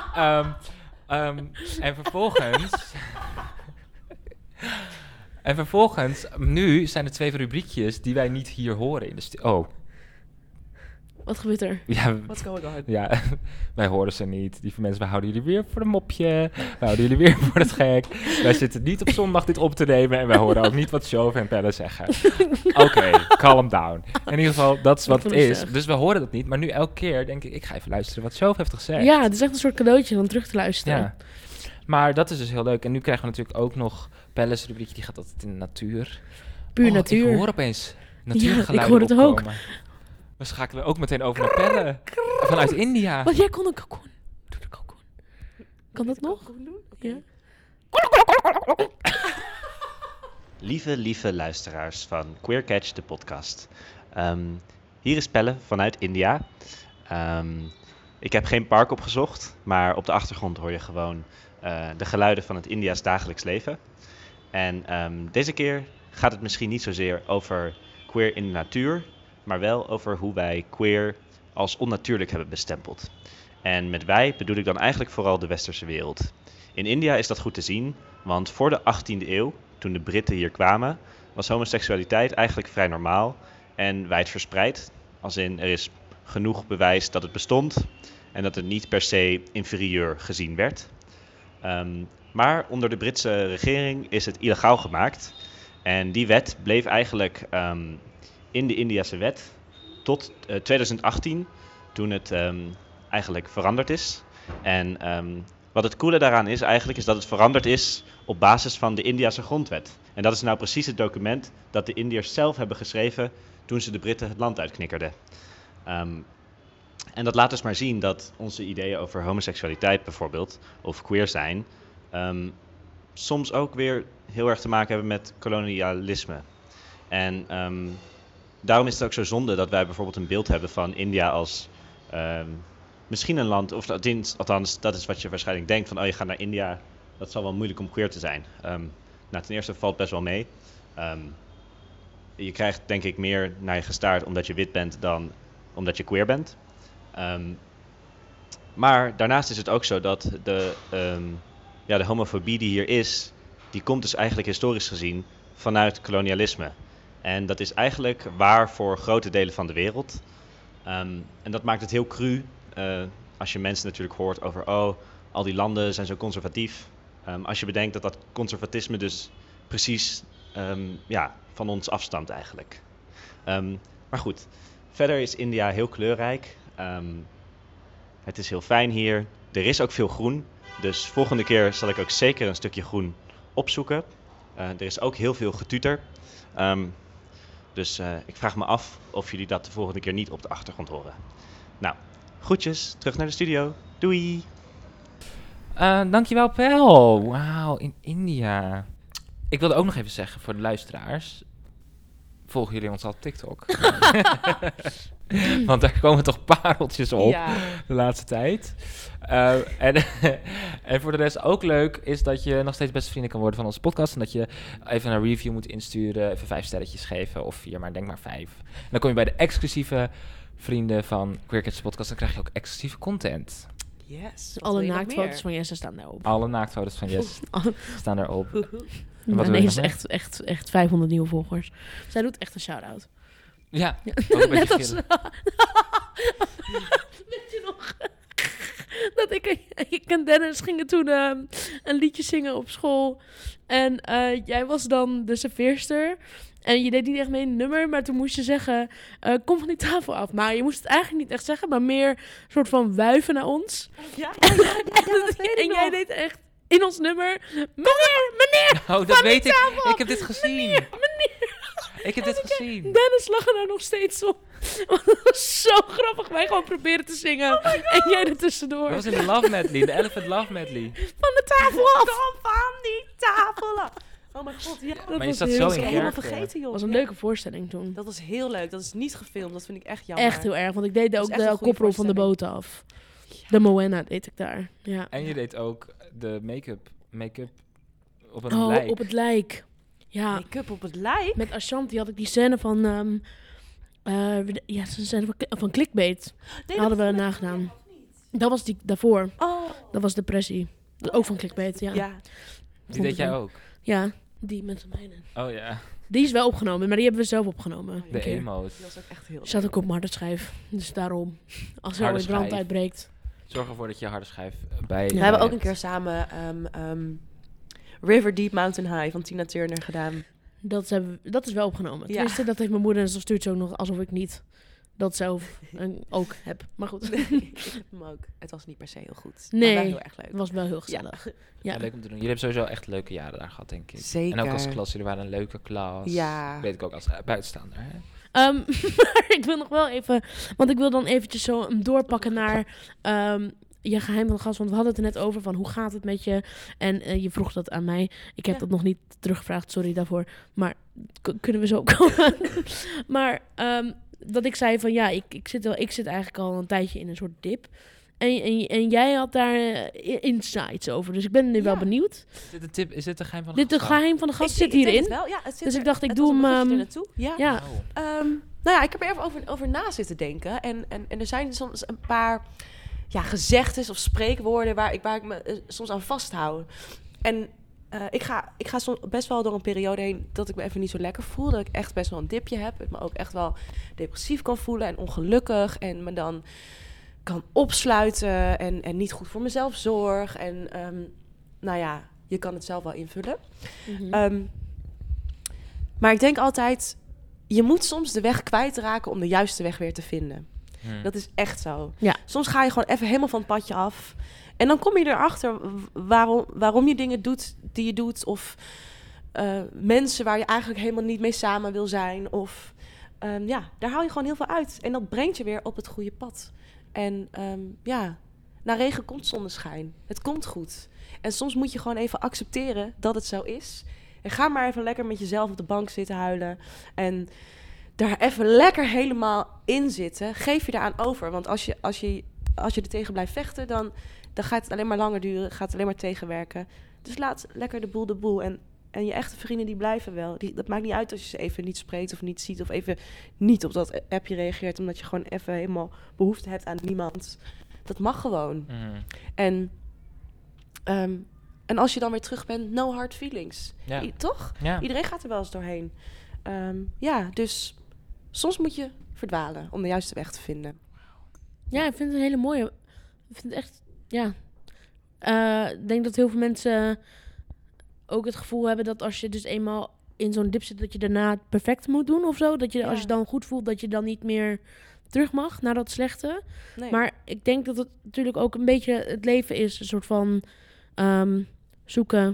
Speaker 1: en vervolgens... En vervolgens, nu zijn er 2 rubriekjes die wij niet hier horen in de studio. Oh,
Speaker 2: Wat gebeurt er?
Speaker 1: ja,
Speaker 3: What's going on?
Speaker 1: ja, wij horen ze niet. Die mensen, wij houden jullie weer voor een mopje. Wij houden jullie weer voor het gek. Wij zitten niet op zondag dit op te nemen. En wij horen ook niet wat Sjoof en Pelle zeggen. Oké, calm down. In ieder geval, dat is wat het is. Dus we horen dat niet. Maar nu elke keer denk ik ga even luisteren wat Sjoof heeft gezegd.
Speaker 2: Ja, het is echt een soort cadeautje om terug te luisteren.
Speaker 1: Ja. Maar dat is dus heel leuk. En nu krijgen we natuurlijk ook nog Pelle's rubriekje. Die gaat altijd in de natuur.
Speaker 2: Puur natuur.
Speaker 1: Ik hoor opeens natuurgeluiden
Speaker 2: Ja, ik hoor het ook.
Speaker 1: opkomen. We schakelen ook meteen over naar Pelle. Vanuit India.
Speaker 2: Want jij kon een kalkoen. Doe de kalkoen. Kan dat nog? Ja.
Speaker 6: Lieve luisteraars van Queer Catch, de podcast. Hier is Pelle vanuit India. Ik heb geen park opgezocht, maar op de achtergrond hoor je gewoon de geluiden van het India's dagelijks leven. En deze keer gaat het misschien niet zozeer over queer in de natuur, maar wel over hoe wij queer als onnatuurlijk hebben bestempeld. En met wij bedoel ik dan eigenlijk vooral de westerse wereld. In India is dat goed te zien, want voor de 18e eeuw, toen de Britten hier kwamen, was homoseksualiteit eigenlijk vrij normaal en wijdverspreid. Als in, er is genoeg bewijs dat het bestond en dat het niet per se inferieur gezien werd. Maar onder de Britse regering is het illegaal gemaakt. En die wet bleef eigenlijk in de Indiase wet tot 2018, toen het eigenlijk veranderd is. En wat het coole daaraan is eigenlijk, is dat het veranderd is op basis van de Indiase grondwet. En dat is nou precies het document dat de Indiërs zelf hebben geschreven toen ze de Britten het land uitknikkerden. En dat laat dus maar zien dat onze ideeën over homoseksualiteit bijvoorbeeld, of queer zijn, soms ook weer heel erg te maken hebben met kolonialisme. En daarom is het ook zo zonde dat wij bijvoorbeeld een beeld hebben van India als misschien een land, of althans dat is wat je waarschijnlijk denkt, van je gaat naar India, dat zal wel moeilijk om queer te zijn. Nou, ten eerste valt best wel mee. Je krijgt denk ik meer naar je gestaard omdat je wit bent dan omdat je queer bent. Maar daarnaast is het ook zo dat de homofobie die hier is, die komt dus eigenlijk historisch gezien vanuit kolonialisme. En dat is eigenlijk waar voor grote delen van de wereld. En dat maakt het heel cru als je mensen natuurlijk hoort over al die landen zijn zo conservatief. Als je bedenkt dat dat conservatisme dus precies van ons afstamt eigenlijk. Maar goed, verder is India heel kleurrijk. Het is heel fijn hier. Er is ook veel groen. Dus volgende keer zal ik ook zeker een stukje groen opzoeken. Er is ook heel veel getuter. Dus ik vraag me af of jullie dat de volgende keer niet op de achtergrond horen. Nou, groetjes. Terug naar de studio. Doei!
Speaker 1: Dankjewel, Pel. Wauw, in India. Ik wilde ook nog even zeggen voor de luisteraars. Volgen jullie ons al op TikTok? Want daar komen toch pareltjes op de laatste tijd. En voor de rest ook leuk is dat je nog steeds beste vrienden kan worden van onze podcast. En dat je even een review moet insturen. Even 5 sterretjes geven of 4, maar denk maar 5. En dan kom je bij de exclusieve vrienden van Queer Catch podcast. Dan krijg je ook exclusieve content.
Speaker 3: Yes.
Speaker 2: Alle naaktfoto's van Jesse staan daarop.
Speaker 1: Alle naaktfoto's van Jess staan erop.
Speaker 2: Maar nee, is echt 500 nieuwe volgers. Zij doet echt een shout-out.
Speaker 1: Ja,
Speaker 2: net als... Weet je nog? Dat ik en Dennis gingen toen een liedje zingen op school. En jij was dan de serveerster. En je deed niet echt mee in het nummer, maar toen moest je zeggen, kom van die tafel af. Maar je moest het eigenlijk niet echt zeggen, maar meer een soort van wuiven naar ons.
Speaker 3: Ja,
Speaker 2: en jij deed echt in ons nummer, meneer,
Speaker 1: oh, dat weet ik. Ik heb dit gezien.
Speaker 2: Meneer.
Speaker 1: Ik heb dit gezien.
Speaker 2: Dennis lag er nog steeds op. Want het was zo grappig. Wij gewoon proberen te zingen. En jij er tussendoor.
Speaker 1: Dat was in de Love Medley, de Elephant Love Medley.
Speaker 2: Van de tafel af.
Speaker 3: Kom van die tafel af. Oh mijn god, ja.
Speaker 1: Maar je
Speaker 2: was
Speaker 1: zat
Speaker 2: heel
Speaker 1: zo
Speaker 3: Dat
Speaker 1: in
Speaker 3: is helemaal
Speaker 1: Kerken.
Speaker 3: vergeten, joh.
Speaker 2: Dat was een leuke voorstelling toen.
Speaker 3: Dat was heel leuk. Dat is niet gefilmd. Dat vind ik echt jammer.
Speaker 2: Echt heel erg. Want ik deed
Speaker 3: Dat is
Speaker 2: ook
Speaker 3: echt een
Speaker 2: de
Speaker 3: goede
Speaker 2: koprol van de boot af. De Moana deed ik daar. Ja.
Speaker 1: En je deed ook de make-up op een lijk.
Speaker 2: Op het lijk. Ja.
Speaker 3: Make-up op het lijk?
Speaker 2: Met Ashanti had ik die scène van... een scène van Clickbait.
Speaker 3: Nee,
Speaker 2: Hadden we nagedaan. Dat was die daarvoor.
Speaker 3: Oh.
Speaker 2: Dat was Depressie. Ook van Clickbait, ja.
Speaker 3: Ja.
Speaker 1: Die deed jij ook?
Speaker 2: Ja, die met zijn meiden.
Speaker 1: Oh ja,
Speaker 2: Die is wel opgenomen, maar die hebben we zelf opgenomen.
Speaker 1: de
Speaker 2: een keer.
Speaker 1: emo's.
Speaker 3: Die was ook echt heel
Speaker 2: Zat ook op mijn harde schijf. Dus daarom. Als er
Speaker 1: Harde
Speaker 2: ooit brand
Speaker 1: schijf.
Speaker 2: uitbreekt.
Speaker 1: Zorg ervoor dat je harde schijf bij
Speaker 3: We
Speaker 1: je
Speaker 3: hebben ook een
Speaker 1: hebt.
Speaker 3: keer samen River Deep Mountain High van Tina Turner gedaan.
Speaker 2: Dat is wel opgenomen.
Speaker 3: Ja.
Speaker 2: Tenminste, dat heeft mijn moeder en ze stuurt ze ook nog alsof ik niet dat zelf ook heb. Maar goed.
Speaker 3: Nee, ik heb hem ook. Het was niet per se heel goed.
Speaker 2: Nee.
Speaker 3: Maar wel heel erg leuk.
Speaker 2: Het was wel heel gezellig.
Speaker 3: Ja.
Speaker 2: Ja.
Speaker 1: Ja, leuk om te doen. Jullie hebben sowieso echt leuke jaren daar gehad, denk ik.
Speaker 3: Zeker.
Speaker 1: En ook als klas, jullie waren een leuke klas.
Speaker 3: Ja.
Speaker 1: Weet ik ook als buitenstaander, hè?
Speaker 2: Maar ik wil nog wel even... Want ik wil dan eventjes zo hem doorpakken naar... je geheim van de gast, want we hadden het er net over van hoe gaat het met je? En je vroeg dat aan mij. Ik heb
Speaker 3: Ja.
Speaker 2: dat nog niet teruggevraagd, sorry daarvoor. Maar kunnen we zo komen? Maar dat ik zei van ja, ik zit eigenlijk al een tijdje in een soort dip. En jij had daar insights over. Dus ik ben nu wel benieuwd.
Speaker 1: Is dit een tip? Is dit de geheim van de
Speaker 2: Dit de
Speaker 1: gast?
Speaker 2: geheim van de gast zit
Speaker 3: Ik denk
Speaker 2: hierin.
Speaker 3: het wel. Ja, het zit
Speaker 2: Dus ik dacht, ik
Speaker 3: het
Speaker 2: doe
Speaker 3: was een
Speaker 2: hem,
Speaker 3: bruggetje ernaartoe. Ja.
Speaker 2: Ja.
Speaker 1: Oh.
Speaker 3: Nou ja, ik heb er even over na zitten denken. En er zijn soms een paar gezegdes of spreekwoorden waar ik me soms aan vasthoud. En ik ga soms best wel door een periode heen dat ik me even niet zo lekker voel. Dat ik echt best wel een dipje heb. Ik me ook echt wel depressief kan voelen en ongelukkig. En me dan kan opsluiten en niet goed voor mezelf zorg. En nou ja, je kan het zelf wel invullen. Maar ik denk altijd, je moet soms de weg kwijtraken om de juiste weg weer te vinden. Dat is echt zo.
Speaker 2: Ja.
Speaker 3: Soms ga je gewoon even helemaal van het padje af. En dan kom je erachter waarom je dingen doet die je doet. Of mensen waar je eigenlijk helemaal niet mee samen wil zijn. Of daar haal je gewoon heel veel uit. En dat brengt je weer op het goede pad. En na regen komt zonneschijn. Het komt goed. En soms moet je gewoon even accepteren dat het zo is. En ga maar even lekker met jezelf op de bank zitten huilen. En daar even lekker helemaal in zitten. Geef je eraan over. Want als je er tegen blijft vechten, dan gaat het alleen maar langer duren. Gaat het alleen maar tegenwerken. Dus laat lekker de boel. En je echte vrienden, die blijven wel. Dat maakt niet uit als je ze even niet spreekt of niet ziet. Of even niet op dat appje reageert. Omdat je gewoon even helemaal behoefte hebt aan niemand. Dat mag gewoon. En als je dan weer terug bent, no hard feelings.
Speaker 1: Ja.
Speaker 3: Toch?
Speaker 1: Ja.
Speaker 3: Iedereen gaat er wel eens doorheen. Dus soms moet je verdwalen om de juiste weg te vinden.
Speaker 2: Ja, ik vind het een hele mooie. Ik vind het echt, ja. Ik denk dat heel veel mensen ook het gevoel hebben dat als je dus eenmaal in zo'n dip zit, dat je daarna het perfect moet doen of zo. Dat je, als je dan goed voelt, dat je dan niet meer terug mag naar dat slechte.
Speaker 3: Nee.
Speaker 2: Maar ik denk dat het natuurlijk ook een beetje het leven is. Een soort van zoeken,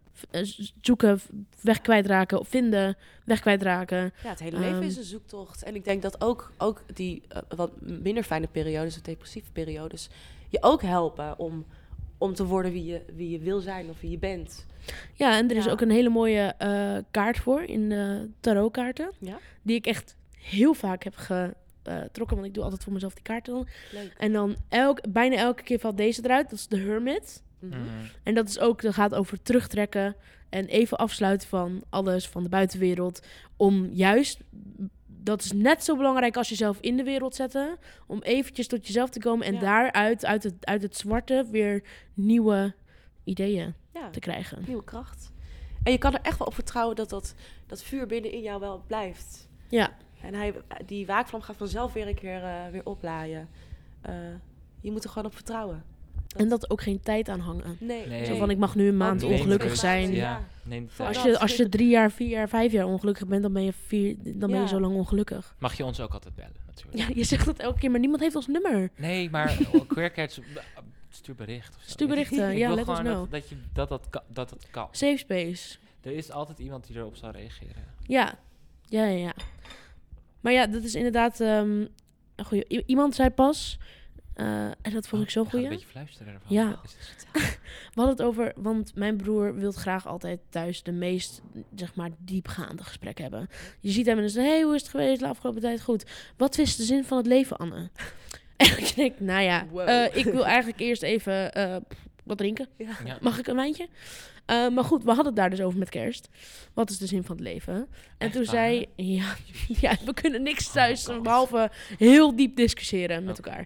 Speaker 2: weg kwijtraken, of vinden, weg kwijtraken.
Speaker 3: Ja, het hele leven is een zoektocht. En ik denk dat ook die wat minder fijne periodes, of depressieve periodes, je ook helpen om te worden wie je wil zijn of wie je bent.
Speaker 2: Ja, en er is
Speaker 3: Ja.
Speaker 2: ook een hele mooie kaart voor in de tarotkaarten.
Speaker 3: Ja?
Speaker 2: Die ik echt heel vaak heb getrokken, want ik doe altijd voor mezelf die kaarten dan.
Speaker 3: Leuk.
Speaker 2: En dan bijna elke keer valt deze eruit. Dat is de Hermit. En dat is ook, dat gaat over terugtrekken en even afsluiten van alles, van de buitenwereld. Om juist, dat is net zo belangrijk als jezelf in de wereld zetten. Om eventjes tot jezelf te komen en daaruit, uit het zwarte, weer nieuwe ideeën te krijgen.
Speaker 3: Nieuwe kracht. En je kan er echt wel op vertrouwen dat vuur binnenin jou wel blijft.
Speaker 2: Ja.
Speaker 3: En die waakvlam gaat vanzelf weer een keer weer oplaaien. Je moet er gewoon op vertrouwen.
Speaker 2: En dat ook geen tijd aan hangen.
Speaker 3: Nee.
Speaker 2: Zo van, ik mag nu een maand
Speaker 3: Nee,
Speaker 2: ongelukkig
Speaker 3: nee,
Speaker 2: zijn.
Speaker 1: Ja, neem de tijd.
Speaker 2: Als je 3 jaar, 4 jaar, 5 jaar ongelukkig bent, dan ben je zo lang ongelukkig.
Speaker 1: Mag je ons ook altijd bellen, natuurlijk.
Speaker 2: Ja, je zegt dat elke keer, maar niemand heeft ons nummer.
Speaker 1: Nee, maar Queercats, stuur bericht of zo.
Speaker 2: Stuur berichten,
Speaker 1: Ik
Speaker 2: ja,
Speaker 1: wil
Speaker 2: let ons
Speaker 1: gewoon
Speaker 2: know.
Speaker 1: dat het kan.
Speaker 2: Safe space.
Speaker 1: Er is altijd iemand die erop zal reageren.
Speaker 2: Ja. Maar ja, dat is inderdaad een goeie. Iemand zei pas, en dat vond ik zo
Speaker 1: Een
Speaker 2: goeie.
Speaker 1: beetje fluisteren ervan.
Speaker 2: Ja. We hadden het over, want mijn broer wil graag altijd thuis de meest, zeg maar, diepgaande gesprekken hebben. Je ziet hem en dan zegt, hey, hoe is het geweest de afgelopen tijd? Goed. Wat is de zin van het leven, Anne? En ik denk, nou ja, ik wil eigenlijk eerst even wat drinken.
Speaker 1: Ja.
Speaker 2: Mag ik een wijntje? Maar goed, we hadden het daar dus over met kerst. Wat is de zin van het leven? En
Speaker 1: Echt
Speaker 2: toen
Speaker 1: waar?
Speaker 2: zei... Ja, we kunnen niks thuis behalve heel diep discussiëren met elkaar.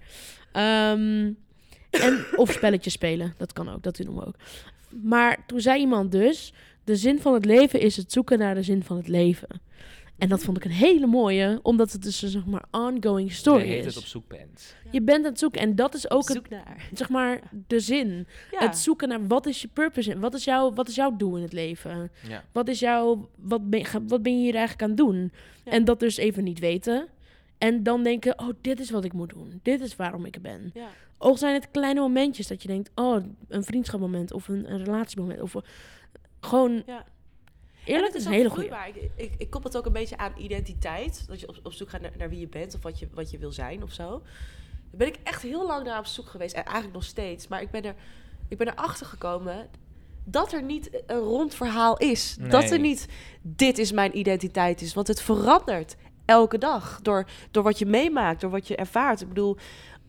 Speaker 2: Of spelletjes spelen. Dat kan ook, dat doen we ook. Maar toen zei iemand dus... De zin van het leven is het zoeken naar de zin van het leven. En dat vond ik een hele mooie, omdat het dus een, zeg maar, ongoing story
Speaker 1: Je heet
Speaker 2: is.
Speaker 1: het op zoek bent.
Speaker 2: Je bent aan het zoeken en dat is ook
Speaker 3: Zoek naar.
Speaker 2: zeg maar, de zin.
Speaker 3: Ja.
Speaker 2: Het zoeken naar wat is je purpose, wat is jouw doel in het leven?
Speaker 1: Ja.
Speaker 2: Wat ben je hier eigenlijk aan het doen?
Speaker 3: Ja.
Speaker 2: En dat dus even niet weten. En dan denken, oh, dit is wat ik moet doen. Dit is waarom ik er ben.
Speaker 3: Ja.
Speaker 2: Ook zijn het kleine momentjes dat je denkt, oh, een vriendschapmoment of een relatiemoment. Of gewoon,
Speaker 3: Ja.
Speaker 2: eerlijk,
Speaker 3: En
Speaker 2: is
Speaker 3: het
Speaker 2: een hele
Speaker 3: ook
Speaker 2: goede.
Speaker 3: vloeibaar. Ik koppel het ook een beetje aan identiteit. Dat je op zoek gaat naar wie je bent of wat je wil zijn of zo. Daar ben ik echt heel lang naar op zoek geweest. En eigenlijk nog steeds. Maar ik ben erachter gekomen dat er niet een rond verhaal is.
Speaker 1: Nee.
Speaker 3: Dat er niet, dit is mijn identiteit is. Want het verandert elke dag. Door wat je meemaakt, door wat je ervaart. Ik bedoel,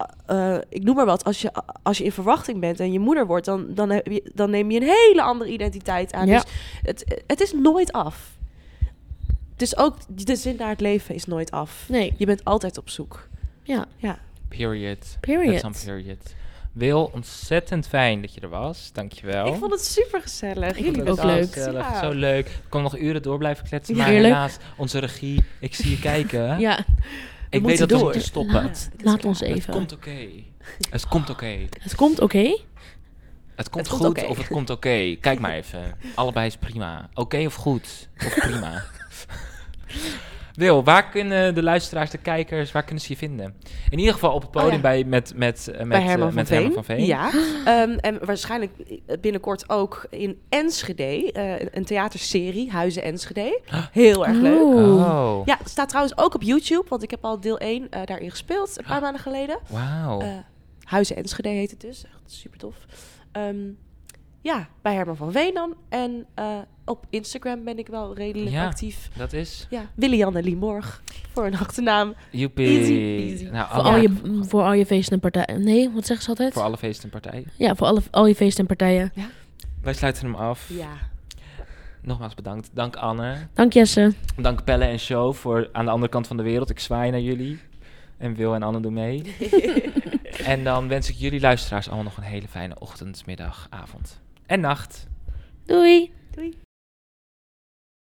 Speaker 3: ik noem maar wat, als je in verwachting bent en je moeder wordt, dan neem je een hele andere identiteit aan.
Speaker 2: Ja.
Speaker 3: Dus het is nooit af. Dus ook de zin naar het leven is nooit af.
Speaker 2: Nee.
Speaker 3: Je bent altijd op zoek.
Speaker 2: Ja.
Speaker 1: Period.
Speaker 2: Period.
Speaker 1: That's on period. Wil, ontzettend fijn dat je er was. Dankjewel.
Speaker 3: Ik vond het super gezellig.
Speaker 2: Ik vond het
Speaker 3: Jullie
Speaker 2: ook
Speaker 1: Zo
Speaker 2: leuk.
Speaker 1: gezellig,
Speaker 3: Ja.
Speaker 1: zo leuk. Ik kon nog uren door blijven kletsen,
Speaker 3: Ja.
Speaker 1: maar
Speaker 2: Heerlijk.
Speaker 1: helaas, onze regie, ik zie je kijken.
Speaker 2: Ja,
Speaker 1: Ik weet
Speaker 3: moeten
Speaker 1: dat we
Speaker 3: door.
Speaker 1: moeten stoppen.
Speaker 2: laat ons
Speaker 1: Het
Speaker 2: even.
Speaker 1: komt oké. Het komt oké.
Speaker 2: Het komt oké.
Speaker 1: Het komt
Speaker 3: komt
Speaker 1: goed
Speaker 3: oké.
Speaker 1: of het komt oké. Kijk maar even. Allebei is prima. Oké of goed? Of prima. Wil, waar kunnen de luisteraars, de kijkers, waar kunnen ze je vinden? In ieder geval op het podium
Speaker 3: ja.
Speaker 1: met
Speaker 3: Bij Herman van Veen.
Speaker 1: Herman van Veen.
Speaker 3: Ja, en waarschijnlijk binnenkort ook in Enschede. Een theaterserie, Huizen Enschede. Heel erg leuk.
Speaker 1: Oh,
Speaker 3: Ja, het staat trouwens ook op YouTube, want ik heb al deel 1 daarin gespeeld, een paar maanden geleden.
Speaker 1: wauw.
Speaker 3: Huizen Enschede heet het dus, echt super tof. Ja, bij Herman van Veen dan. En op Instagram ben ik wel redelijk
Speaker 1: Ja.
Speaker 3: actief.
Speaker 1: Dat is
Speaker 3: Ja, Willianne Limorg, voor een achternaam.
Speaker 1: joepie.
Speaker 3: Easy.
Speaker 1: Nou,
Speaker 2: Voor al je feesten en partijen. Nee, wat zeggen ze altijd?
Speaker 1: voor alle feesten en partijen.
Speaker 2: Ja, voor al je feesten en partijen.
Speaker 1: Wij sluiten hem af.
Speaker 3: Ja.
Speaker 1: Nogmaals bedankt. Dank Anne.
Speaker 2: Dank Jesse.
Speaker 1: Dank Pelle en Show voor aan de andere kant van de wereld. Ik zwaai naar jullie. En Wil en Anne doen mee. En dan wens ik jullie luisteraars allemaal nog een hele fijne ochtend, middag, avond en nacht.
Speaker 2: Doei.
Speaker 3: Doei.